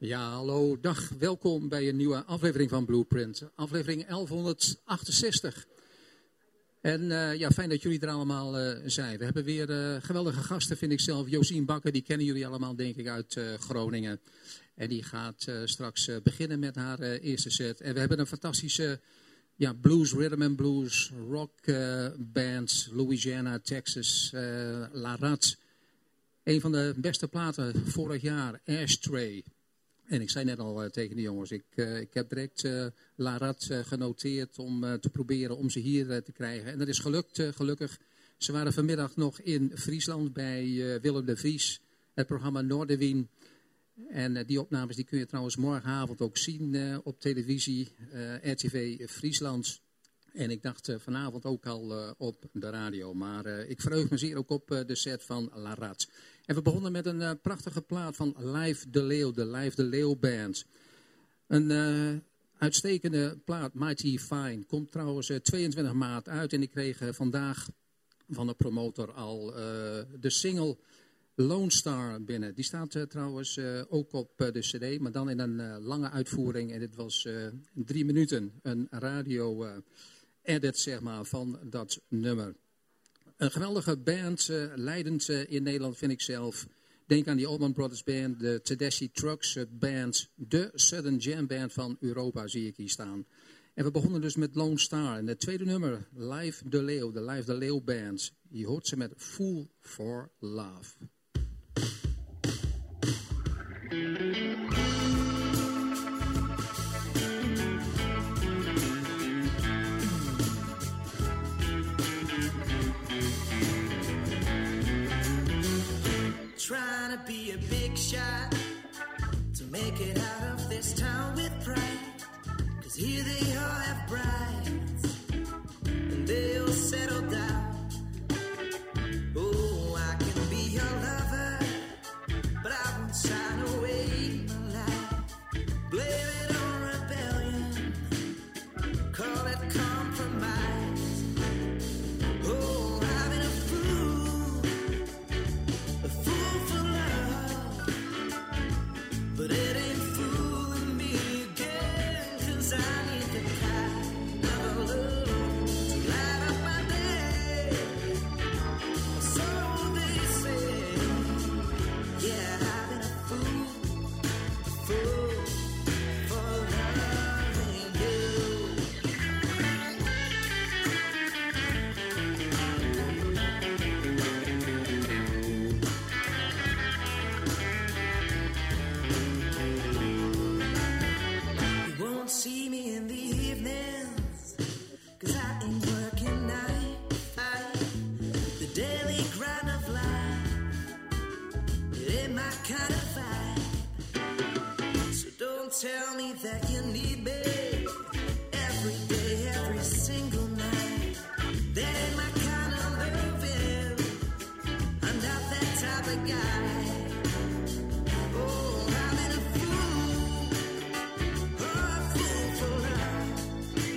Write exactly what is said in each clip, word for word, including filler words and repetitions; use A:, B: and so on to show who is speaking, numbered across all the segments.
A: Ja, hallo, dag. Welkom bij een nieuwe aflevering van Blueprint. Aflevering elf achtzestig. En uh, ja, fijn dat jullie er allemaal uh, zijn. We hebben weer uh, geweldige gasten, vind ik zelf. Josien Bakker, die kennen jullie allemaal, denk ik, uit uh, Groningen. En die gaat uh, straks uh, beginnen met haar uh, eerste set. En we hebben een fantastische ja, blues, rhythm and blues, rock uh, band, Louisiana, Texas, uh, La Rat. Een van de beste platen vorig jaar, Ashtray. En ik zei net al uh, tegen de jongens, ik, uh, ik heb direct uh, La Rat uh, genoteerd om uh, te proberen om ze hier uh, te krijgen. En dat is gelukt, uh, gelukkig. Ze waren vanmiddag nog in Friesland bij uh, Willem de Vries, het programma Noorderwien. En uh, die opnames die kun je trouwens morgenavond ook zien uh, op televisie, uh, R T V Friesland. En ik dacht uh, vanavond ook al uh, op de radio. Maar uh, ik verheug me zeer ook op uh, de set van La Rat. En we begonnen met een uh, prachtige plaat van Live de Leeuw, de Live de Leeuw Band. Een uh, uitstekende plaat, Mighty Fine. Komt trouwens uh, tweeëntwintig maart uit. En ik kreeg uh, vandaag van de promotor al uh, de single Lone Star binnen. Die staat uh, trouwens uh, ook op uh, de cd, maar dan in een uh, lange uitvoering. En dit was uh, drie minuten, een radio uh, edit zeg maar, van dat nummer. Een geweldige band, uh, leidend uh, in Nederland vind ik zelf. Denk aan die Allman Brothers Band, de Tedeschi Trucks Band, de Southern Jam Band van Europa zie ik hier staan. En we begonnen dus met Lone Star. En het tweede nummer, Live de Leeuw, de Live de Leeuw Band. Je hoort ze met Fool for Love.
B: Trying to be a big shot, to make it out of this town with pride. Cause here they all have brides, and they'll settle down. Oh, I can be your lover, but I won't sign away my life. Blame it on rebellion, call it compromise. Oh, I'm in a fool, a fool for love, but it ain't fooling me again, cause I need the kind of love to light up my day. So they say, yeah, I've been a fool, a fool for loving you. You won't see me in the evenings, cause I ain't working nine to five. The daily grind of life, it ain't my kind of vibe. So don't tell me that you need me every day, every single night. That ain't my kind of loving, I'm not that type of guy. Oh, I'm in a fool, oh, a fool for love,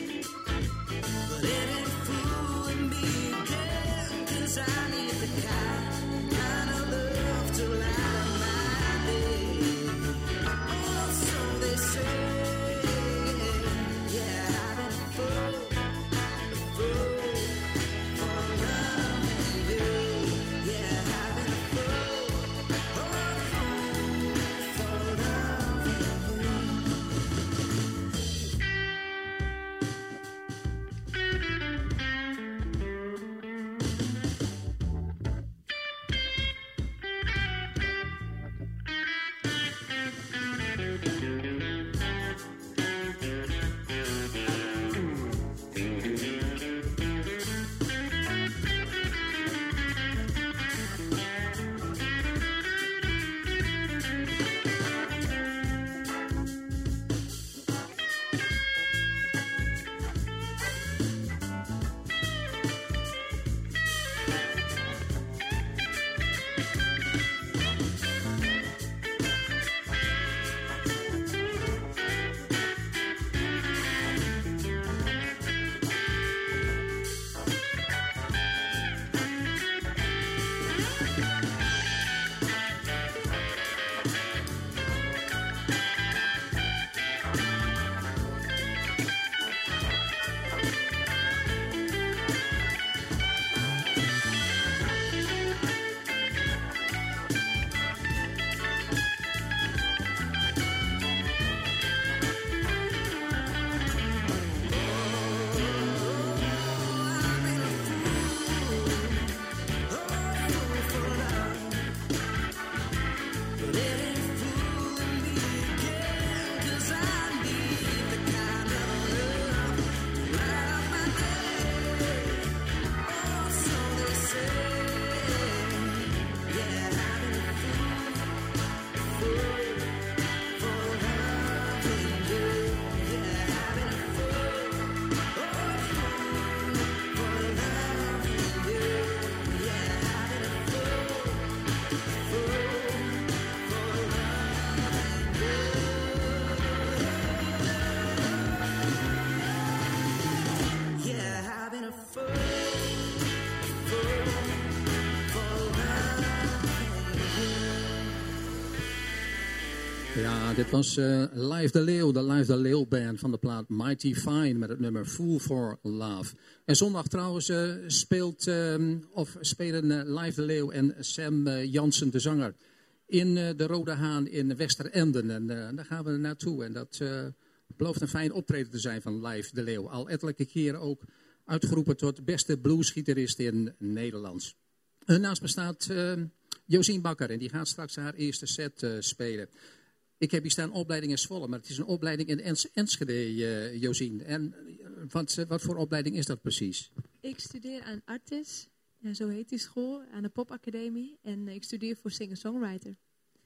A: Ja, dit was uh, Live de Leeuw, de Live de Leeuw band van de plaat Mighty Fine met het nummer Fool for Love. En zondag trouwens uh, speelt, uh, of spelen uh, Live de Leeuw en Sam uh, Jansen, de zanger, in uh, de Rode Haan in Westeremden. En uh, daar gaan we naartoe. En dat uh, belooft een fijn optreden te zijn van Live de Leeuw. Al ettelijke keren ook uitgeroepen tot beste bluesgitarist in Nederlands. Uh, naast me staat uh, Josien Bakker en die gaat straks haar eerste set uh, spelen. Ik heb hier staan opleiding in Zwolle, maar het is een opleiding in Ens- Enschede, uh, Josien. En uh, wat, uh, wat voor opleiding is dat precies?
C: Ik studeer aan Artis, ja, zo heet die school, aan de Popacademie. En ik studeer voor singer-songwriter.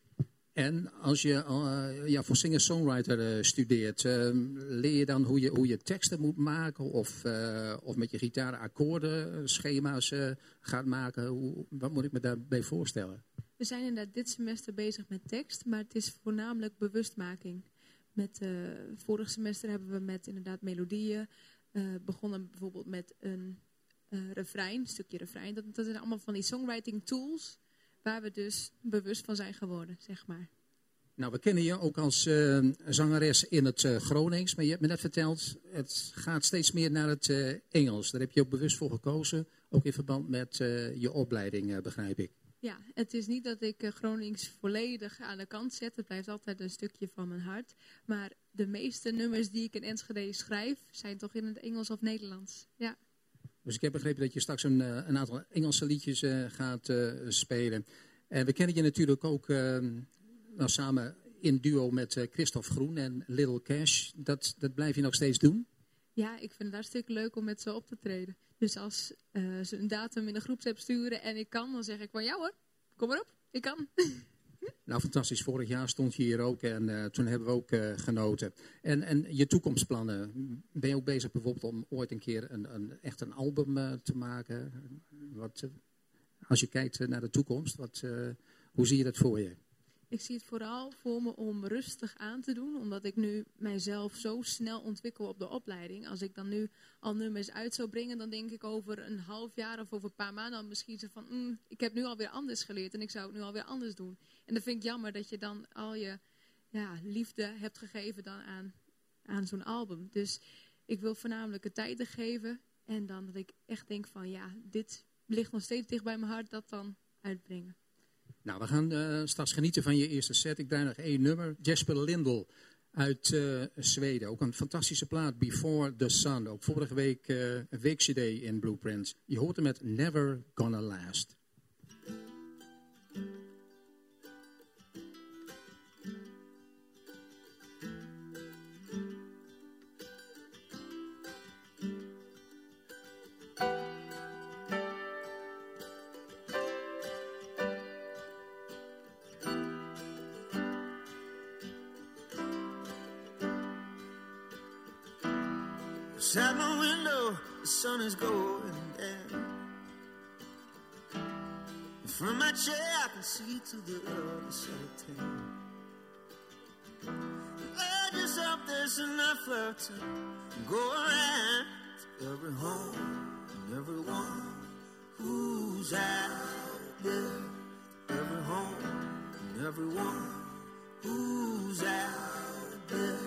A: En als je uh, ja, voor singer-songwriter uh, studeert, uh, leer je dan hoe je, hoe je teksten moet maken? Of, uh, of met je gitaar akkoorden, schema's uh, gaat maken? Hoe, wat moet ik me daarbij voorstellen?
C: We zijn inderdaad dit semester bezig met tekst, maar het is voornamelijk bewustmaking. Met, uh, vorig semester hebben we met inderdaad melodieën uh, begonnen bijvoorbeeld met een uh, refrein, een stukje refrein. Dat, dat zijn allemaal van die songwriting tools waar we dus bewust van zijn geworden, zeg maar.
A: Nou, we kennen je ook als uh, zangeres in het uh, Gronings, maar je hebt me net verteld, het gaat steeds meer naar het uh, Engels. Daar heb je ook bewust voor gekozen, ook in verband met uh, je opleiding, uh, begrijp ik.
C: Ja, het is niet dat ik uh, Gronings volledig aan de kant zet. Het blijft altijd een stukje van mijn hart. Maar de meeste nummers die ik in Enschede schrijf, zijn toch in het Engels of Nederlands. Ja.
A: Dus ik heb begrepen dat je straks een, een aantal Engelse liedjes uh, gaat uh, spelen. En we kennen je natuurlijk ook uh, nou, samen in duo met uh, Christophe Groen en Little Cash. Dat, dat blijf je nog steeds doen?
C: Ja, ik vind het hartstikke leuk om met ze op te treden. Dus als uh, ze een datum in de groepsapp sturen en ik kan, dan zeg ik van ja hoor, kom maar op, ik kan.
A: Nou, fantastisch. Vorig jaar stond je hier ook en uh, toen hebben we ook uh, genoten. En, en je toekomstplannen, ben je ook bezig bijvoorbeeld om ooit een keer een, een, echt een album uh, te maken? Wat, uh, als je kijkt uh, naar de toekomst, wat, uh, hoe zie je dat voor je?
C: Ik zie het vooral voor me om rustig aan te doen, omdat ik nu mijzelf zo snel ontwikkel op de opleiding. Als ik dan nu al nummers uit zou brengen, dan denk ik over een half jaar of over een paar maanden dan misschien zo van, mm, ik heb nu alweer anders geleerd en ik zou het nu alweer anders doen. En dat vind ik jammer dat je dan al je ja, liefde hebt gegeven dan aan, aan zo'n album. Dus ik wil voornamelijk het tijd geven en dan dat ik echt denk van, ja, dit ligt nog steeds dicht bij mijn hart, dat dan uitbrengen.
A: Nou, we gaan uh, straks genieten van je eerste set. Ik draai nog één nummer. Jesper Lindell uit uh, Zweden. Ook een fantastische plaat, Before the Sun. Ook vorige week uh, een week-C D in Blueprint. Je hoort hem met Never Gonna Last.
B: Outside my window, the sun is going down. And from my chair, I can see to the other side of town. The edges of this enough love to go around to every home and everyone who's out there. Every home and everyone who's out there.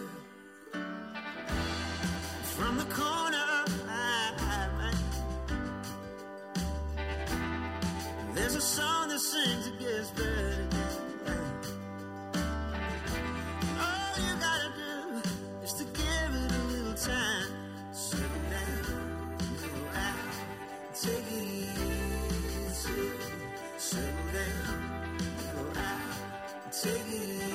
B: From the corner I might, there's a song that sings, it gets better than all you gotta do is to give it a little time. Settle down, go out, take it easy. Settle down, go out, take it easy.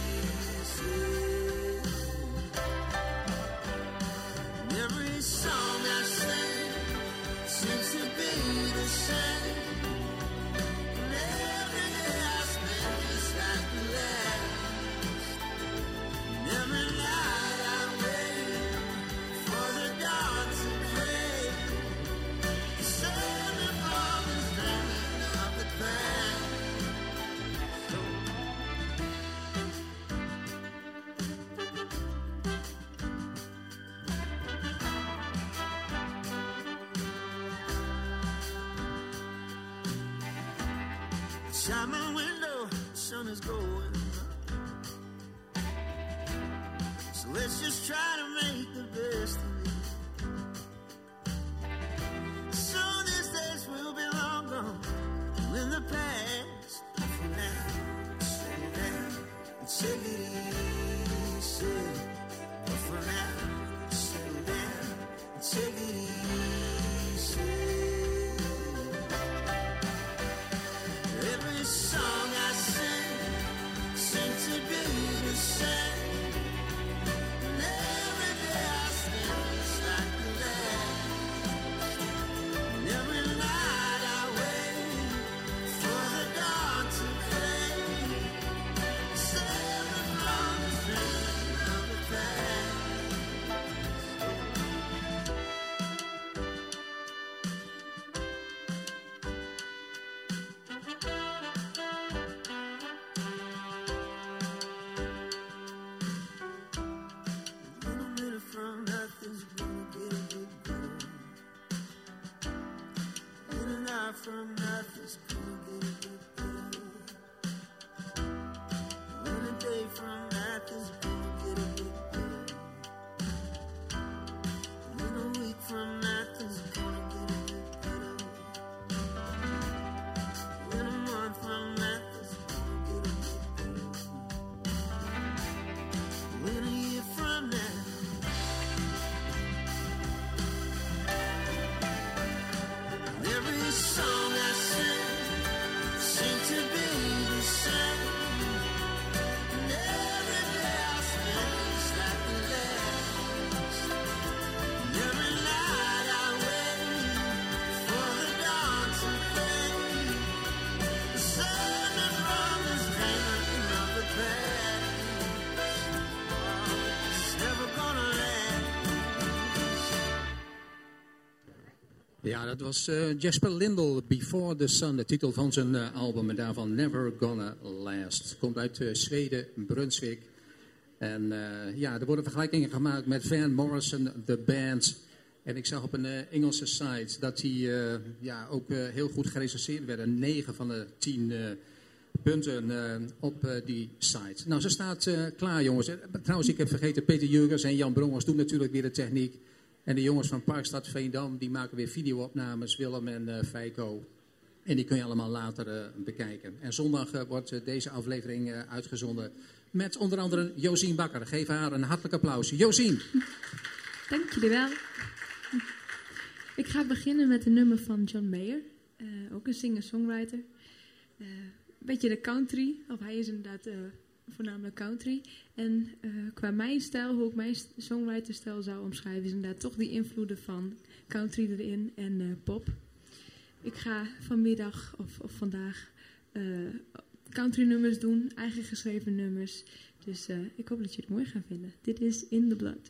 B: Song I sing seems to be the same. And every day I spend just like the last. And every night I wait for the dawn to break. The sun above is dreaming of the crack. Outside my window, the sun is going up.
A: Ja, dat was uh, Jasper Lindell, Before the Sun, de titel van zijn uh, album. En daarvan Never Gonna Last. Komt uit uh, Zweden, Brunswick. En uh, ja, er worden vergelijkingen gemaakt met Van Morrison, The Band. En ik zag op een uh, Engelse site dat die uh, ja, ook uh, heel goed gerecenseerd werden. negen van de tien uh, punten uh, op uh, die site. Nou, ze staat uh, klaar, jongens. Trouwens, ik heb vergeten, Peter Jurgens en Jan Brongers doen natuurlijk weer de techniek. En de jongens van Parkstad Veendam, die maken weer video-opnames, Willem en uh, Feiko. En die kun je allemaal later uh, bekijken. En zondag uh, wordt uh, deze aflevering uh, uitgezonden met onder andere Josien Bakker. Geef haar een hartelijk applaus. Josien.
D: Dank jullie wel. Ik ga beginnen met een nummer van John Mayer. Uh, ook een singer-songwriter. Uh, een beetje de country, of hij is inderdaad uh, voornamelijk country. En uh, qua mijn stijl, hoe ik mijn songwriterstijl zou omschrijven, is inderdaad toch die invloeden van country erin en uh, pop. Ik ga vanmiddag of, of vandaag uh, country nummers doen, eigen geschreven nummers. Dus uh, ik hoop dat jullie het mooi gaan vinden. Dit is In the Blood.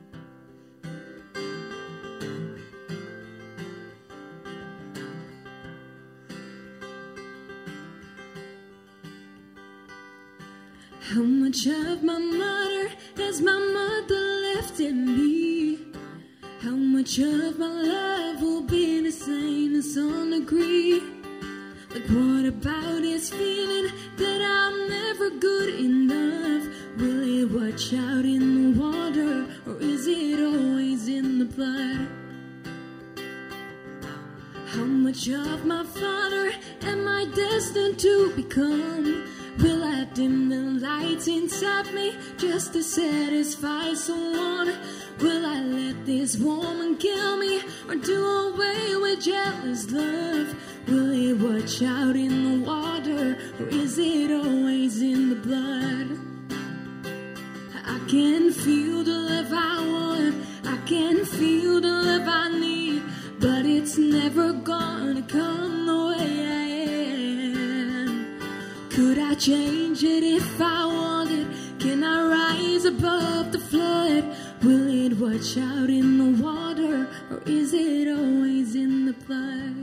D: How much of my mother has my mother left in me? How much of my love will be the same as some degree? Like what about this feeling that I'm never good enough? Will it watch out in the water, or is it always in the blood? How much of my father am I destined to become? Will I dim the lights inside me just to satisfy someone? Will I let this woman kill me or do away with jealous love? Will it watch out in the water, or is it always in the blood? I can feel the love I want, I can feel the love I need, but it's never gonna come the way I am. Could I change it if I wanted? Can I rise above the flood? Will it watch out in the water, or is it always in the blood?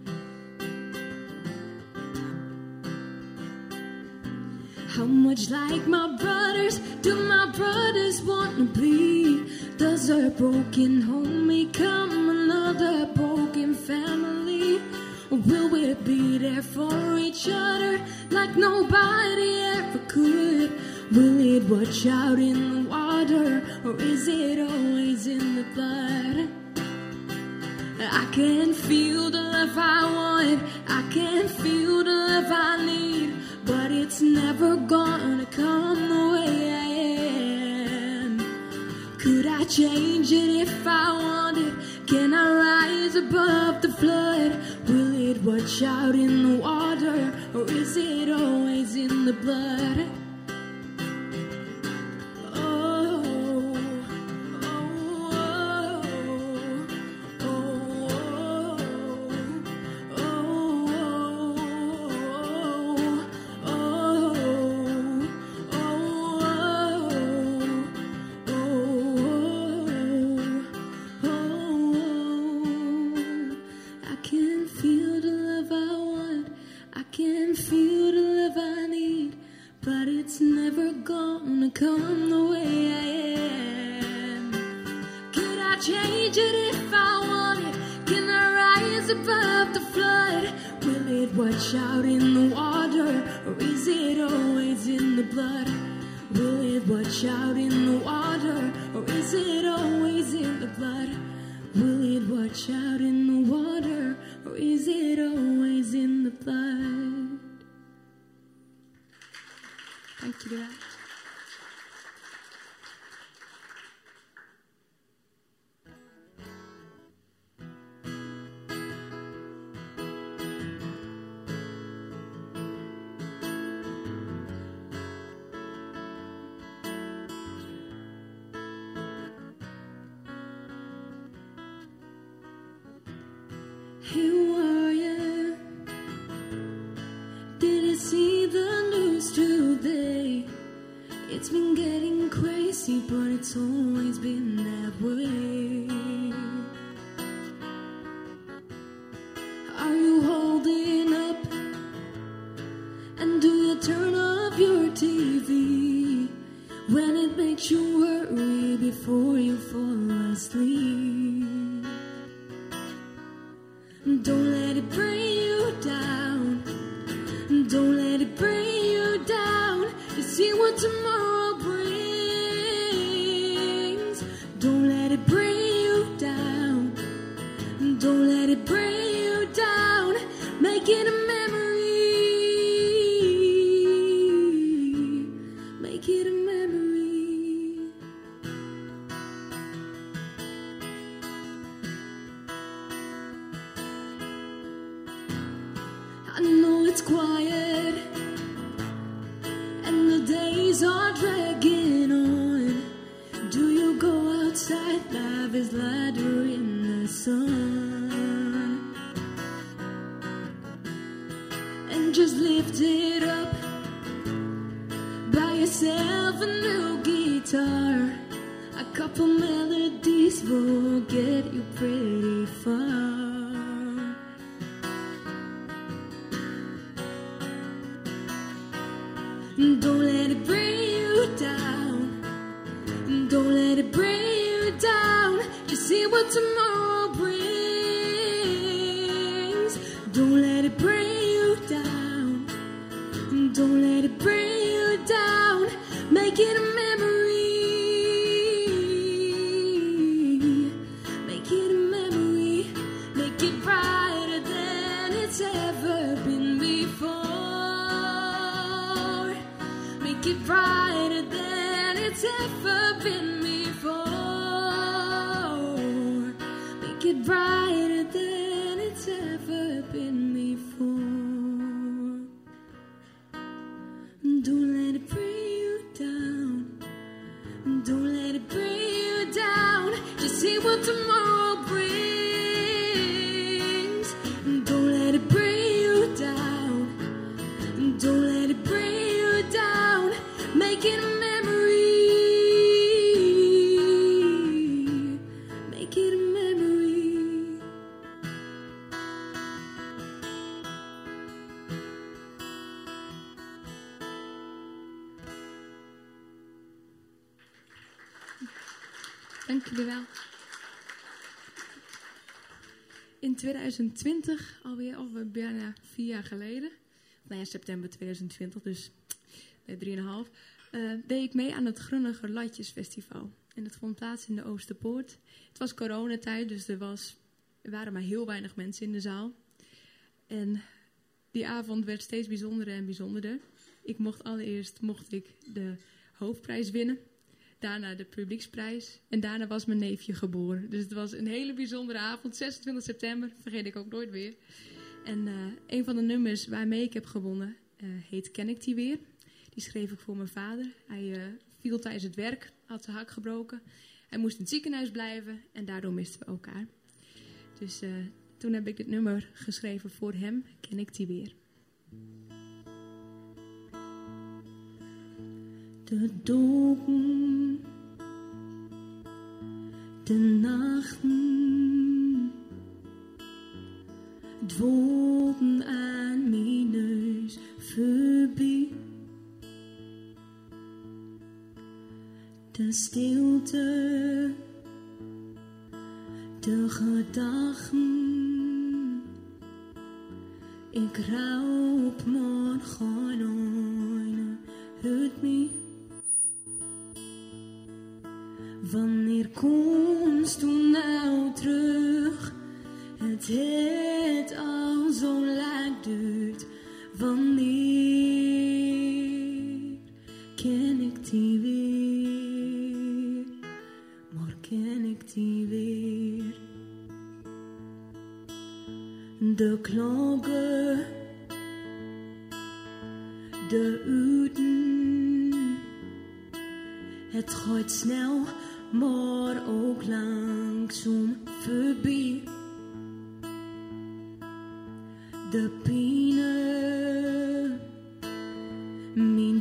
D: How much like my brothers do my brothers want to be? Does a broken home become another broken family? Or will we be there for each other like nobody ever could? Will it watch out in the water, or is it always in the blood? I can feel the love I want, I can feel the love I need, but it's never gonna come the way I am. Could I change it if I wanted? Can I rise above the flood? Will it watch out in the water, or is it always in the blood? Come the way I am. Could I change it if I wanted? Can I rise above the flood? Will it watch out in the water, or is it always in the blood? Will it watch out in the water, or is it always in the blood? Will it watch out in the water, or is it always in the blood? Dank jullie wel. Who are you? Did you see the news today? It's been getting crazy, but it's always been that way. Don't let it bring you down. Don't let it bring you down. To see what tomorrow brings. Don't let it bring you down. Don't let it bring you down. Make it a memory. Make it a memory. I know it's quiet and the days are dragging on. Do you go outside? Life is lighter in the sun. And just lift it up. Buy yourself a new guitar. A couple melodies will get you pretty far. Don't let it bring you down. Don't let it bring you down. Just see what tomorrow brings. Don't let it bring you down. Don't let it bring you down. Make it a memory. Make it a memory. Make it brighter than it's ever been before. Make it brighter than it's ever been before. Make it brighter than it's ever been before. Don't let it bring you down. Don't let it bring you down. Just see what tomorrow brings. Don't let it bring you down. Don't let it bring you down. Make it a memory. Make it a memory.
C: Dank jullie wel. In twintig twintig, alweer, alweer bijna vier jaar geleden, nou ja, september twintig twintig, dus nee, drieënhalf, uh, deed ik mee aan het Grunniger Latjesfestival. En dat vond plaats in de Oosterpoort. Het was coronatijd, dus er, was, er waren maar heel weinig mensen in de zaal. En die avond werd steeds bijzonderder en bijzonderder. Ik mocht allereerst mocht ik de hoofdprijs winnen. Daarna de publieksprijs. En daarna was mijn neefje geboren. Dus het was een hele bijzondere avond. zesentwintig september, vergeet ik ook nooit weer. En uh, een van de nummers waarmee ik heb gewonnen uh, heet Ken ik die weer. Die schreef ik voor mijn vader. Hij uh, viel tijdens het werk, had zijn hak gebroken. Hij moest in het ziekenhuis blijven en daardoor misten we elkaar. Dus uh, toen heb ik dit nummer geschreven voor hem. Ken ik die weer.
D: De dagen, de nachten, dwolken aan mijn neus voorbij. De stilte, de gedachten, ik rouw op morgen een hurt me. Wanneer komst u nou terug? Het het al zo lang duurt. Wanneer ken ik die weer? Maar ken ik die weer? De klokken, de uren, het gaat snel. Maar ook langzaam voorbij. De pijnen, mijn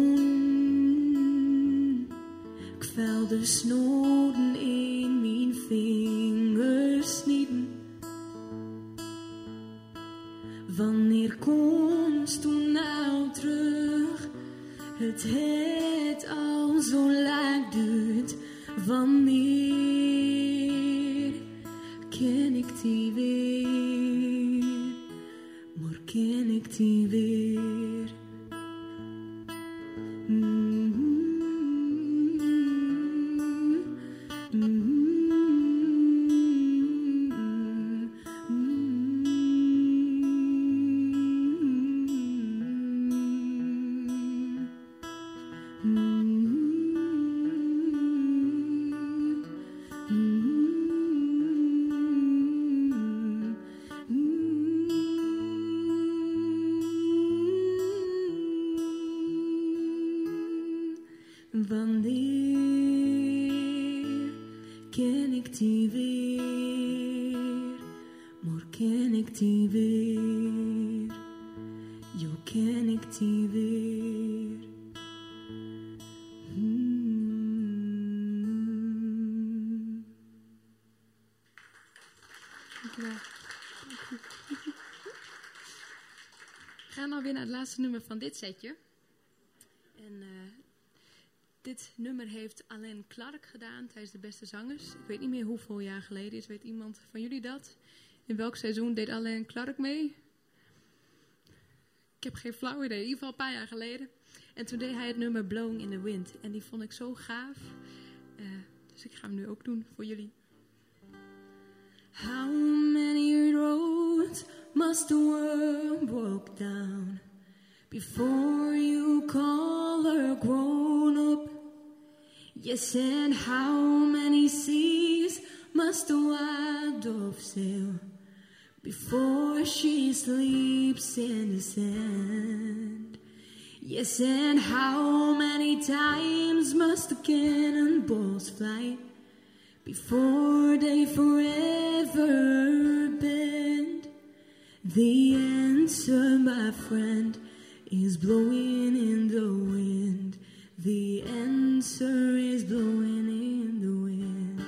D: troon. Ik vel de snoden in mijn vingers snieten. Wanneer komst u nou terug? Het het al zo lang duurt. Wanneer ken ik die weer? ken ik die weer. Mm-hmm. Mm-hmm. Wanneer ken ik die weer? Maar ken ik die weer? Jo, ken ik die weer? Hmm.
C: Dankjewel. We gaan alweer naar het laatste nummer van dit setje. En uh, dit nummer heeft Alain Clark gedaan tijdens de Beste Zangers. Ik weet niet meer hoeveel jaar geleden is. Weet iemand van jullie dat? In welk seizoen deed Alain Clark mee? Ik heb geen flauw idee. In ieder geval een paar jaar geleden. En toen deed hij het nummer Blowing in the Wind. En die vond ik zo gaaf. Uh, dus ik ga hem nu ook doen voor jullie.
D: How many roads must the world walk down before you call her grown up? Yes, and how many seas must the wild dove sail before she sleeps in the sand? Yes, and how many times must the cannonballs fly before they forever bend? The answer, my friend, is blowing in the wind. The answer is blowing in the wind.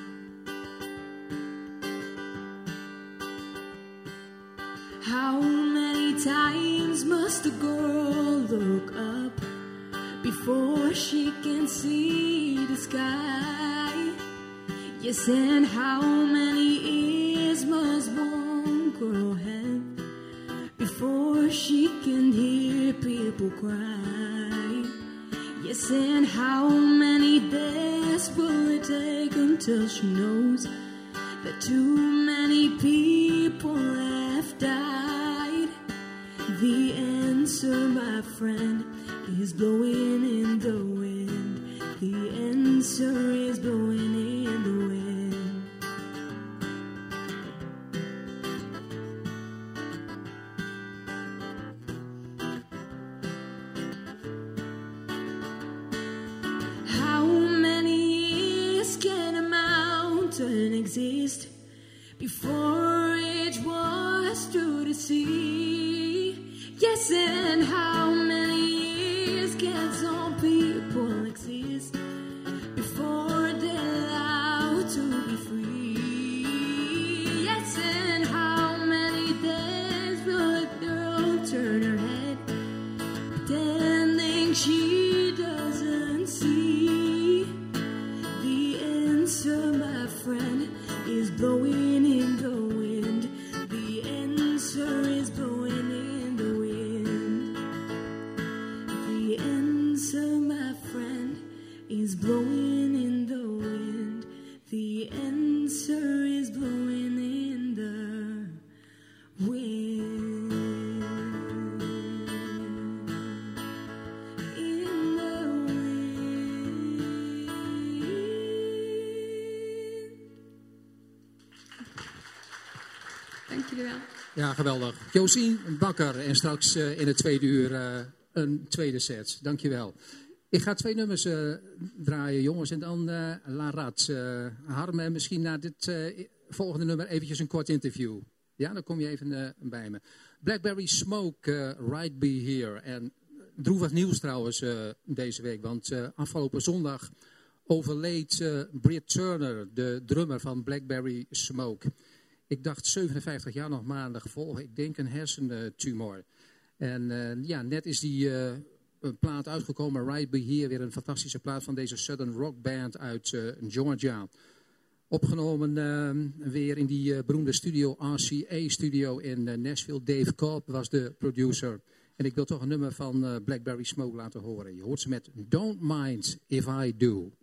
D: How many times must a girl look up before she can see the sky? Yes, and how many ears must one girl have before she can hear people cry? Yes, and how many deaths will it take until she knows that too many people have died? The answer, my friend, is blowing in the wind. The answer is blowing in the wind. Exist before it was through the sea. Yes, and how many years can some people exist before they're allowed to be free? Yes, and how many days will a girl turn her head pretending she doesn't see? The answer, my friend, is blowing in the wind. The answer is blowing in the wind. The answer, my friend, is blowing in the wind. The answer is blowing in the wind. In the wind.
C: Dank jullie wel.
A: Ja, geweldig. Josien Bakker en straks uh, in het tweede uur uh, een tweede set. Dankjewel. Ik ga twee nummers uh, draaien, jongens, en dan uh, Larat. Uh, Harm, misschien na dit uh, volgende nummer eventjes een kort interview. Ja, dan kom je even uh, bij me. Blackberry Smoke, uh, Right Be Here. En droevig nieuws trouwens uh, deze week, want uh, afgelopen zondag overleed uh, Britt Turner, de drummer van Blackberry Smoke. Ik dacht zevenenvijftig jaar nog maar aan de gevolgen. Ik denk een hersentumor. En uh, ja, net is die uh, een plaat uitgekomen, Right Be Here. Weer een fantastische plaat van deze Southern Rock Band uit uh, Georgia. Opgenomen uh, weer in die uh, beroemde studio, R C A-studio in uh, Nashville. Dave Cobb was de producer. En ik wil toch een nummer van uh, Blackberry Smoke laten horen. Je hoort ze met Don't Mind If I Do.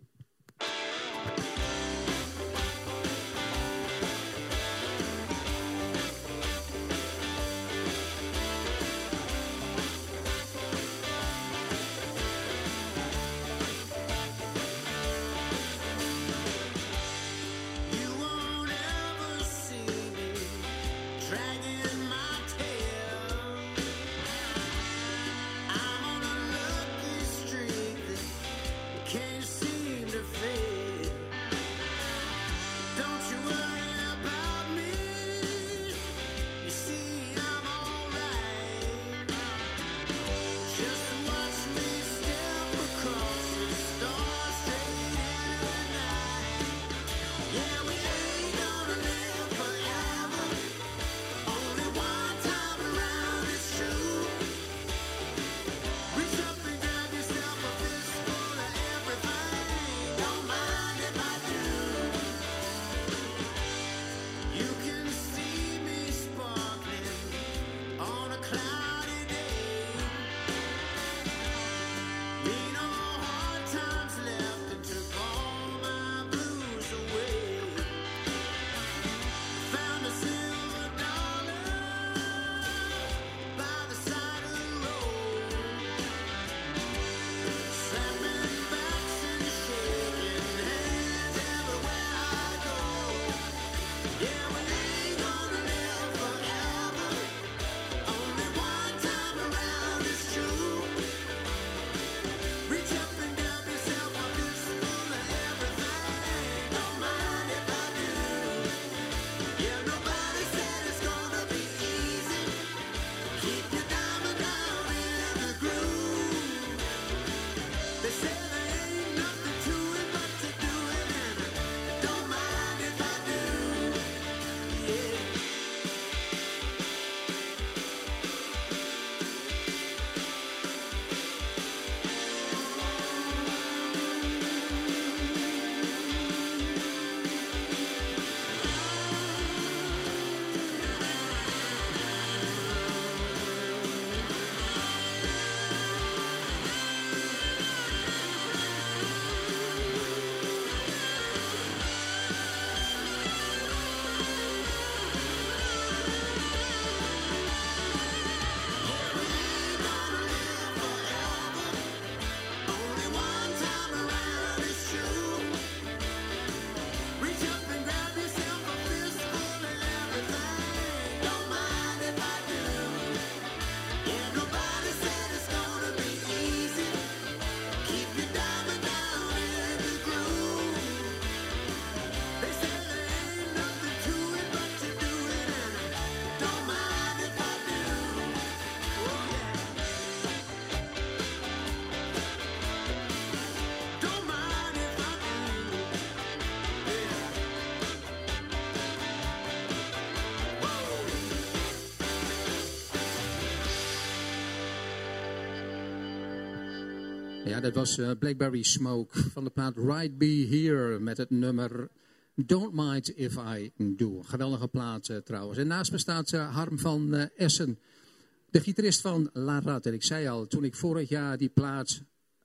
A: Ja, dat was uh, Blackberry Smoke van de plaat Right Be Here met het nummer Don't Mind If I Do. Geweldige plaat uh, trouwens. En naast me staat uh, Harm van uh, Essen, de gitarist van La Rat. En ik zei al, toen ik vorig jaar die plaat,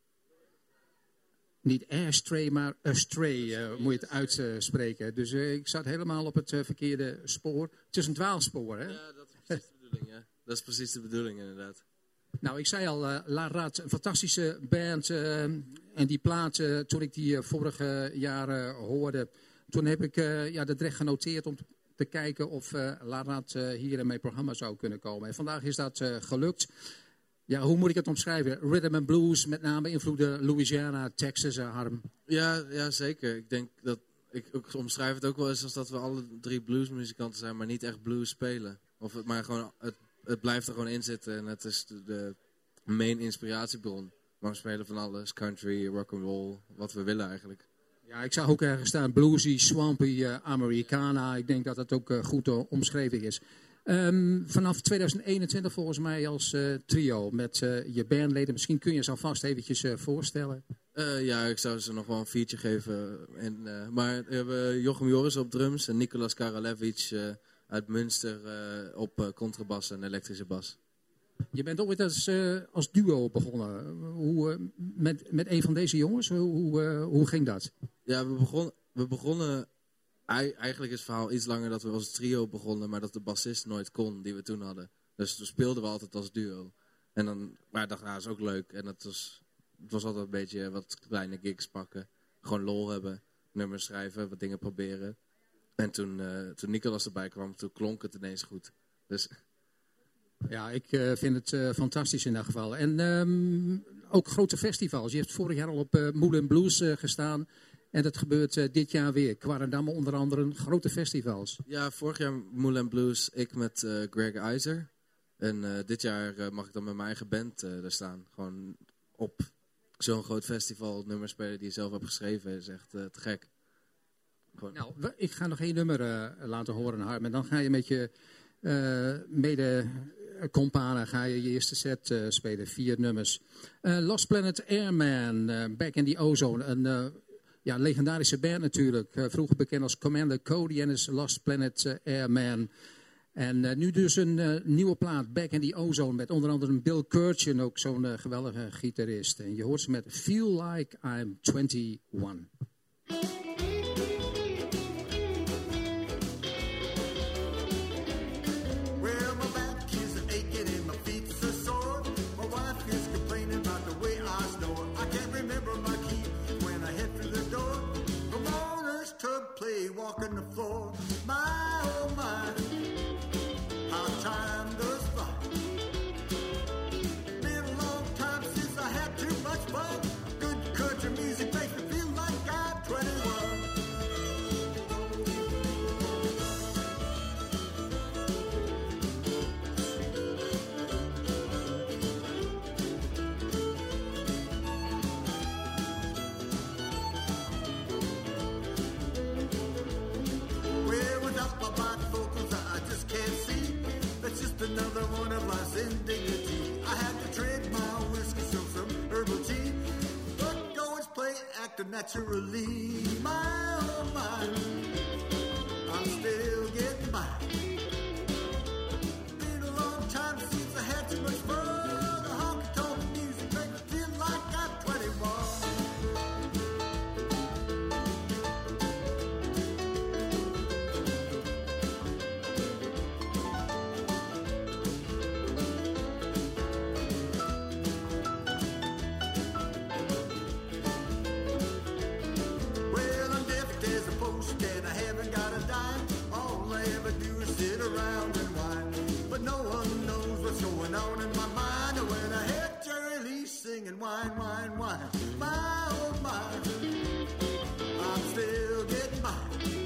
A: niet Ashtray, maar Astray uh, moet je het uitspreken. Dus uh, ik zat helemaal op het uh, verkeerde spoor. Het is een dwaalspoor, hè?
E: Ja, dat is precies de bedoeling, ja. Dat is precies de bedoeling, inderdaad.
A: Nou, ik zei al, uh, La Rat, een fantastische band. Uh, en die plaat, uh, toen ik die uh, vorige jaren hoorde, toen heb ik uh, ja, dat recht genoteerd om te kijken of uh, La Rat uh, hier in mijn programma zou kunnen komen. En vandaag is dat uh, gelukt. Ja, hoe moet ik het omschrijven? Rhythm and blues, met name invloeden Louisiana, Texas, uh, Harm.
E: Ja, ja, zeker. Ik denk dat, ik, ik omschrijf het ook wel eens als dat we alle drie bluesmuzikanten zijn, maar niet echt blues spelen. Of het, maar gewoon, het, het blijft er gewoon in zitten en het is de, de main inspiratiebron. Maar we spelen van alles, country, rock'n'roll, wat we willen eigenlijk.
A: Ja, ik zag ook ergens staan bluesy, swampy, uh, Americana. Ik denk dat dat ook uh, goed uh, omschreven is. Um, vanaf tweeduizend eenentwintig volgens mij als uh, trio met uh, je bandleden. Misschien kun je ze alvast eventjes uh, voorstellen.
E: Uh, ja, ik zou ze nog wel een feature geven. En, uh, maar we hebben Jochem Joris op drums en Nicolas Karalevich uh, uit Münster uh, op uh, contrabas en elektrische bas.
A: Je bent ooit als, uh, als duo begonnen. Hoe, uh, met, met een van deze jongens, hoe, uh, hoe ging dat?
E: Ja, we begonnen... We begonnen eigenlijk is het verhaal iets langer dat we als trio begonnen, maar dat de bassist nooit kon die we toen hadden. Dus toen speelden we altijd als duo. En dan, maar ik dacht, nou, dat is ook leuk. En het was, het was altijd een beetje wat kleine gigs pakken. Gewoon lol hebben, nummers schrijven, wat dingen proberen. En toen, uh, toen Nicolas erbij kwam, toen klonk het ineens goed. Dus...
A: Ja, ik uh, vind het uh, fantastisch in dat geval. En um, ook grote festivals. Je hebt vorig jaar al op uh, Moulin Blues uh, gestaan. En dat gebeurt uh, dit jaar weer. Quarendam onder andere, grote festivals.
E: Ja, vorig jaar Moulin Blues, ik met uh, Greg Eiser. En uh, dit jaar uh, mag ik dan met mijn eigen band uh, daar staan. Gewoon op zo'n groot festival nummers spelen die je zelf hebt geschreven. Dat is echt uh, te gek. Gewoon.
A: Nou, ik ga nog één nummer uh, laten horen, Harm. En dan ga je met je uh, mede... Companen ga je je eerste set uh, spelen, vier nummers. Uh, Lost Planet Airman, uh, Back in the Ozone. Een uh, ja, legendarische band natuurlijk. Uh, vroeger bekend als Commander Cody en is Lost Planet uh, Airman. En uh, nu dus een uh, nieuwe plaat, Back in the Ozone. Met onder andere Bill Kirchen, ook zo'n uh, geweldige gitarist. En je hoort ze met Feel Like I'm twenty-one.
B: Walking the floor, my oh my, how time does fly. Been a long time since I had too much fun. Good country music makes me feel like I'm twenty-one. Another one of life's indignity. I had to trade my whiskey for some herbal tea, but go and play actor naturally. My oh my, I'm still getting by. Been a long time since I had too much fun. The honky-tonk music makes me feel like I'm twenty-one. Singing wine, wine, wine, my oh my, I'm still getting by.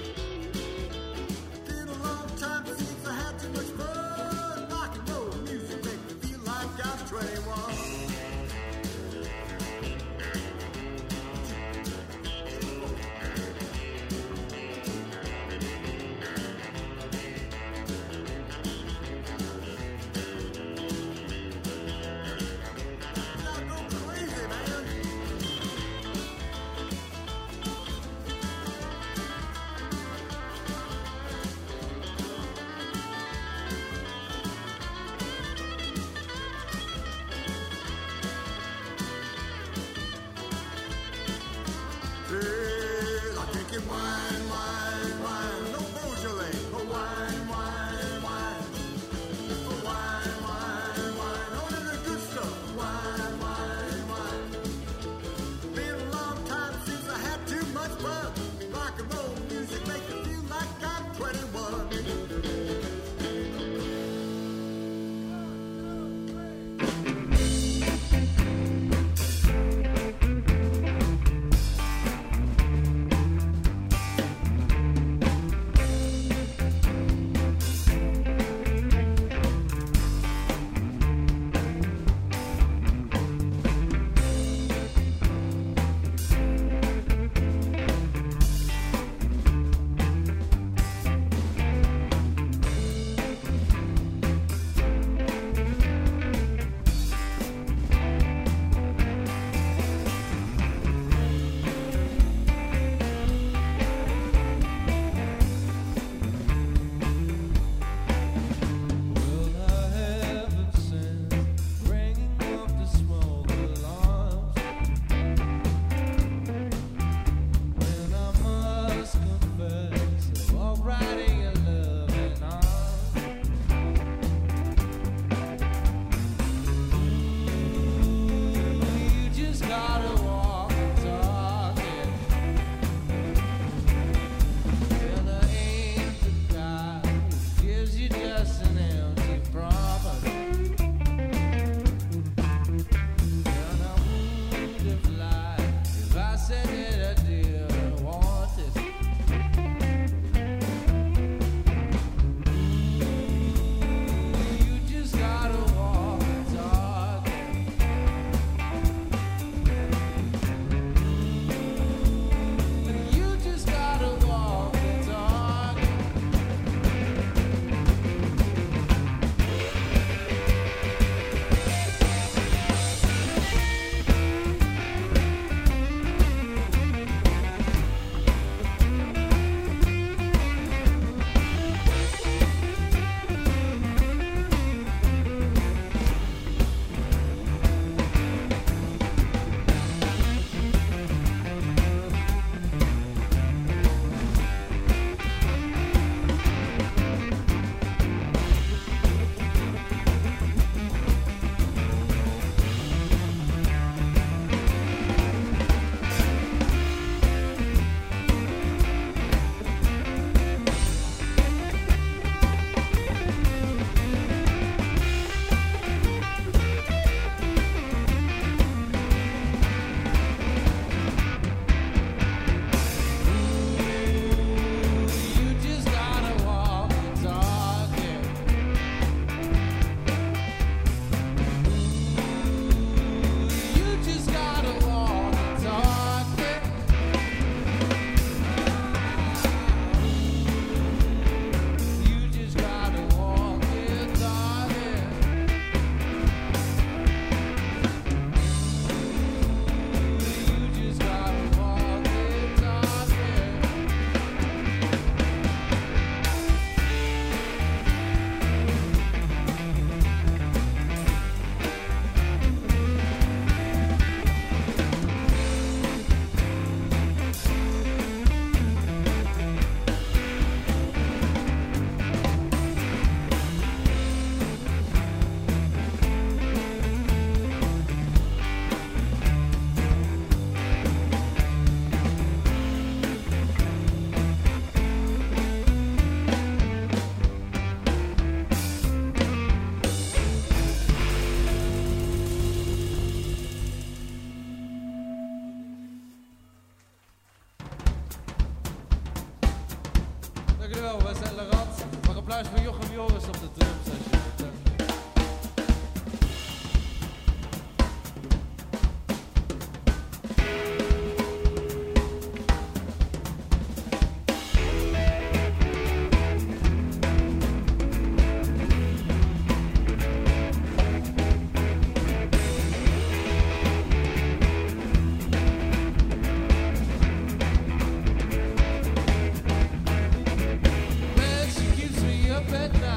B: Been a long time since I had too much fun. Rock and roll music makes me feel like I'm twenty-one. Crazy, man.
F: applaus voor Jochem Joris op de drums. Als je het, uh... Keeps me up at night.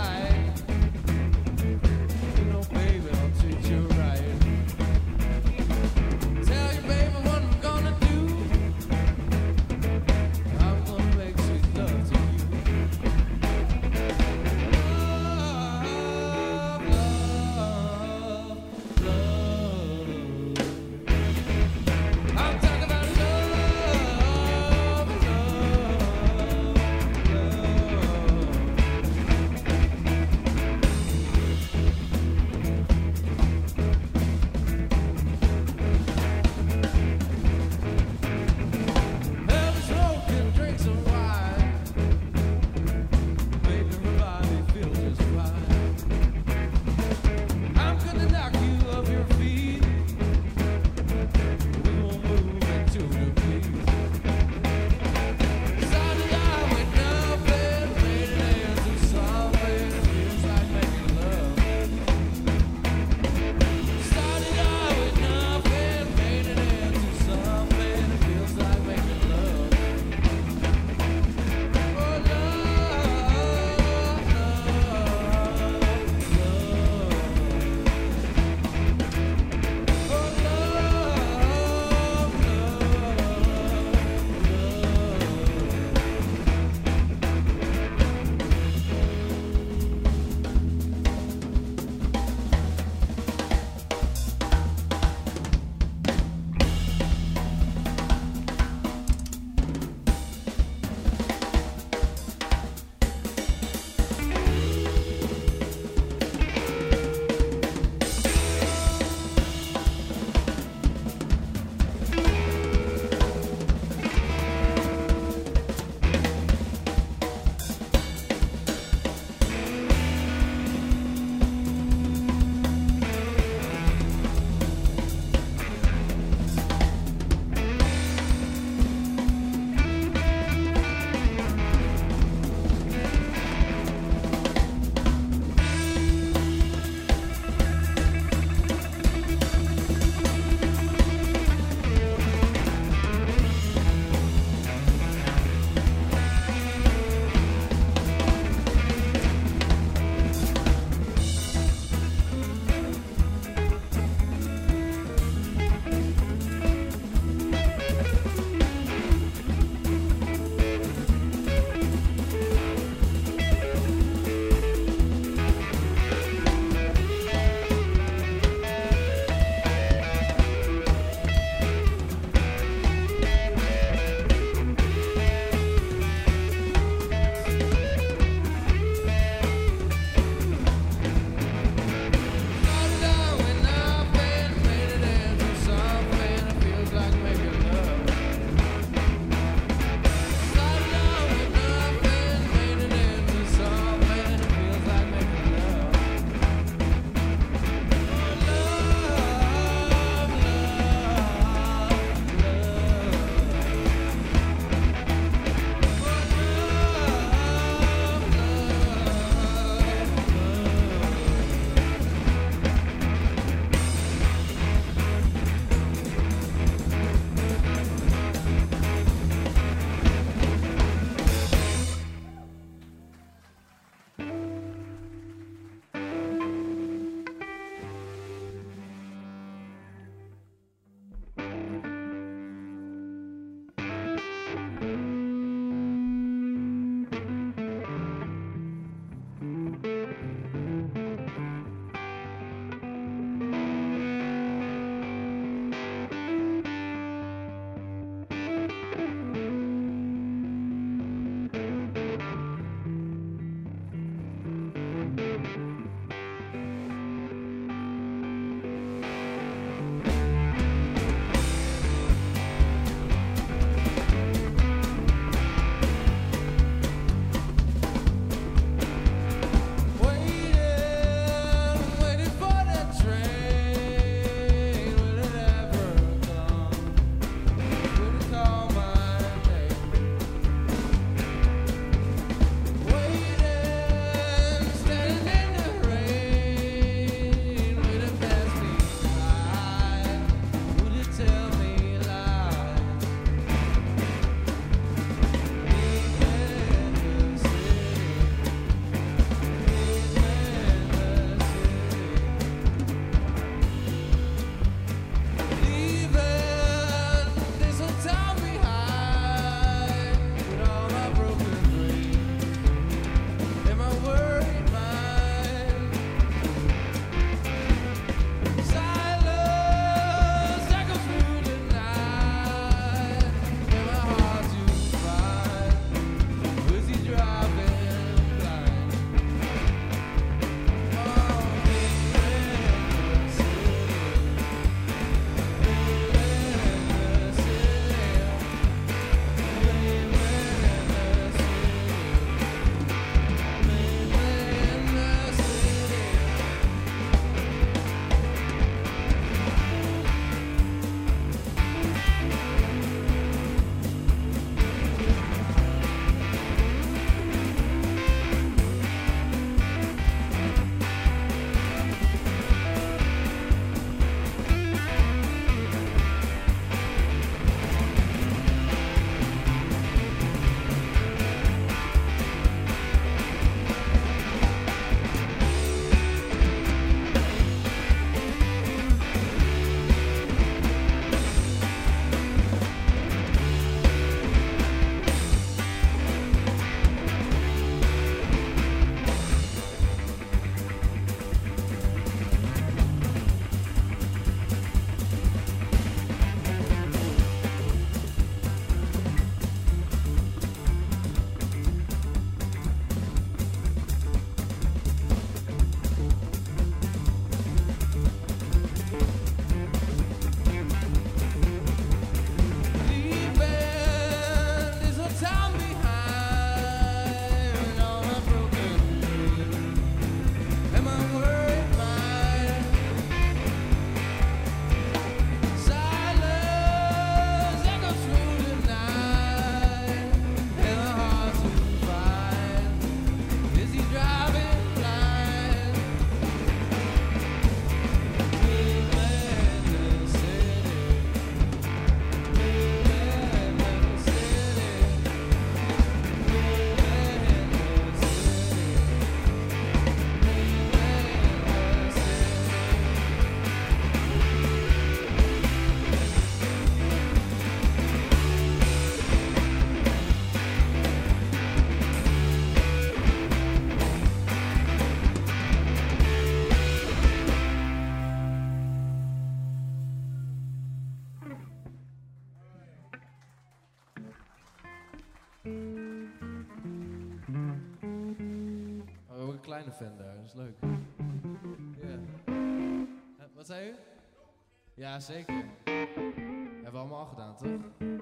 F: kleine fan daar, dat is leuk. Ja. Eh, Wat zei u? Ja, zeker. Hebben we allemaal gedaan, toch?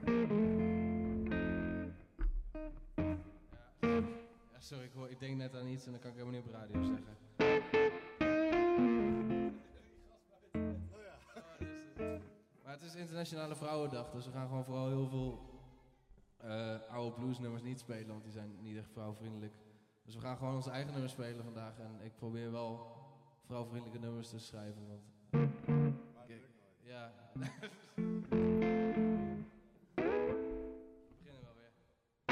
F: Ja, ja sorry, ik, hoor, ik denk net aan iets en dan kan ik helemaal niet op de radio zeggen. Maar het is Internationale Vrouwendag, dus we gaan gewoon vooral heel veel uh, oude bluesnummers niet spelen, want die zijn niet echt vrouwvriendelijk. Dus we gaan gewoon onze eigen nummers spelen vandaag en ik probeer wel vrouwvriendelijke nummers te schrijven. Want ik, ja. We beginnen wel weer.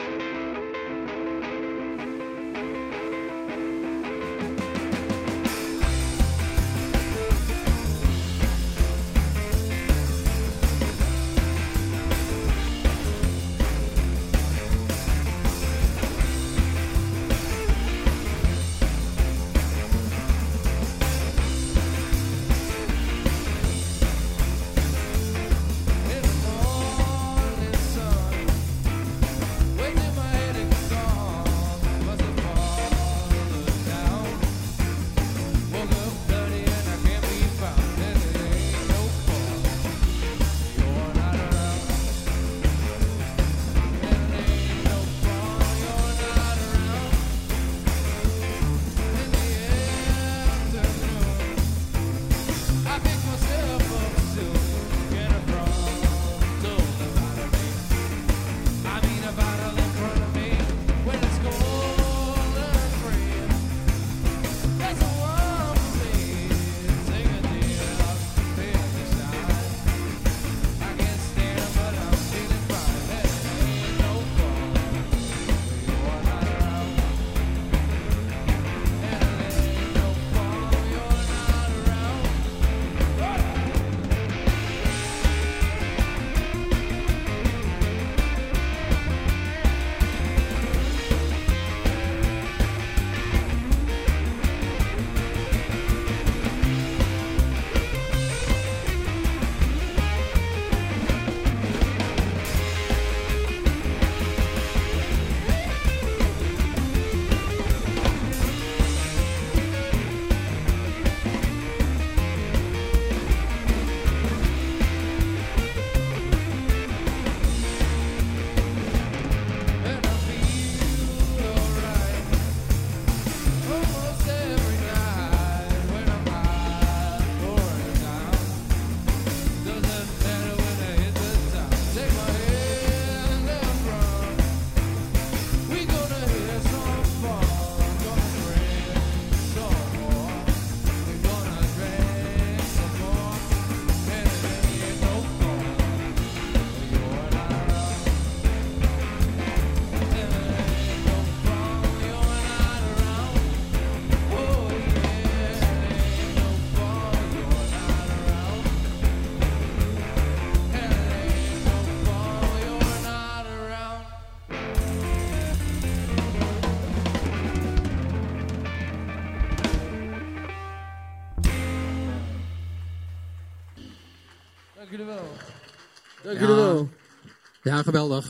F: Dank jullie wel.
E: Dank jullie wel.
A: Ja, geweldig.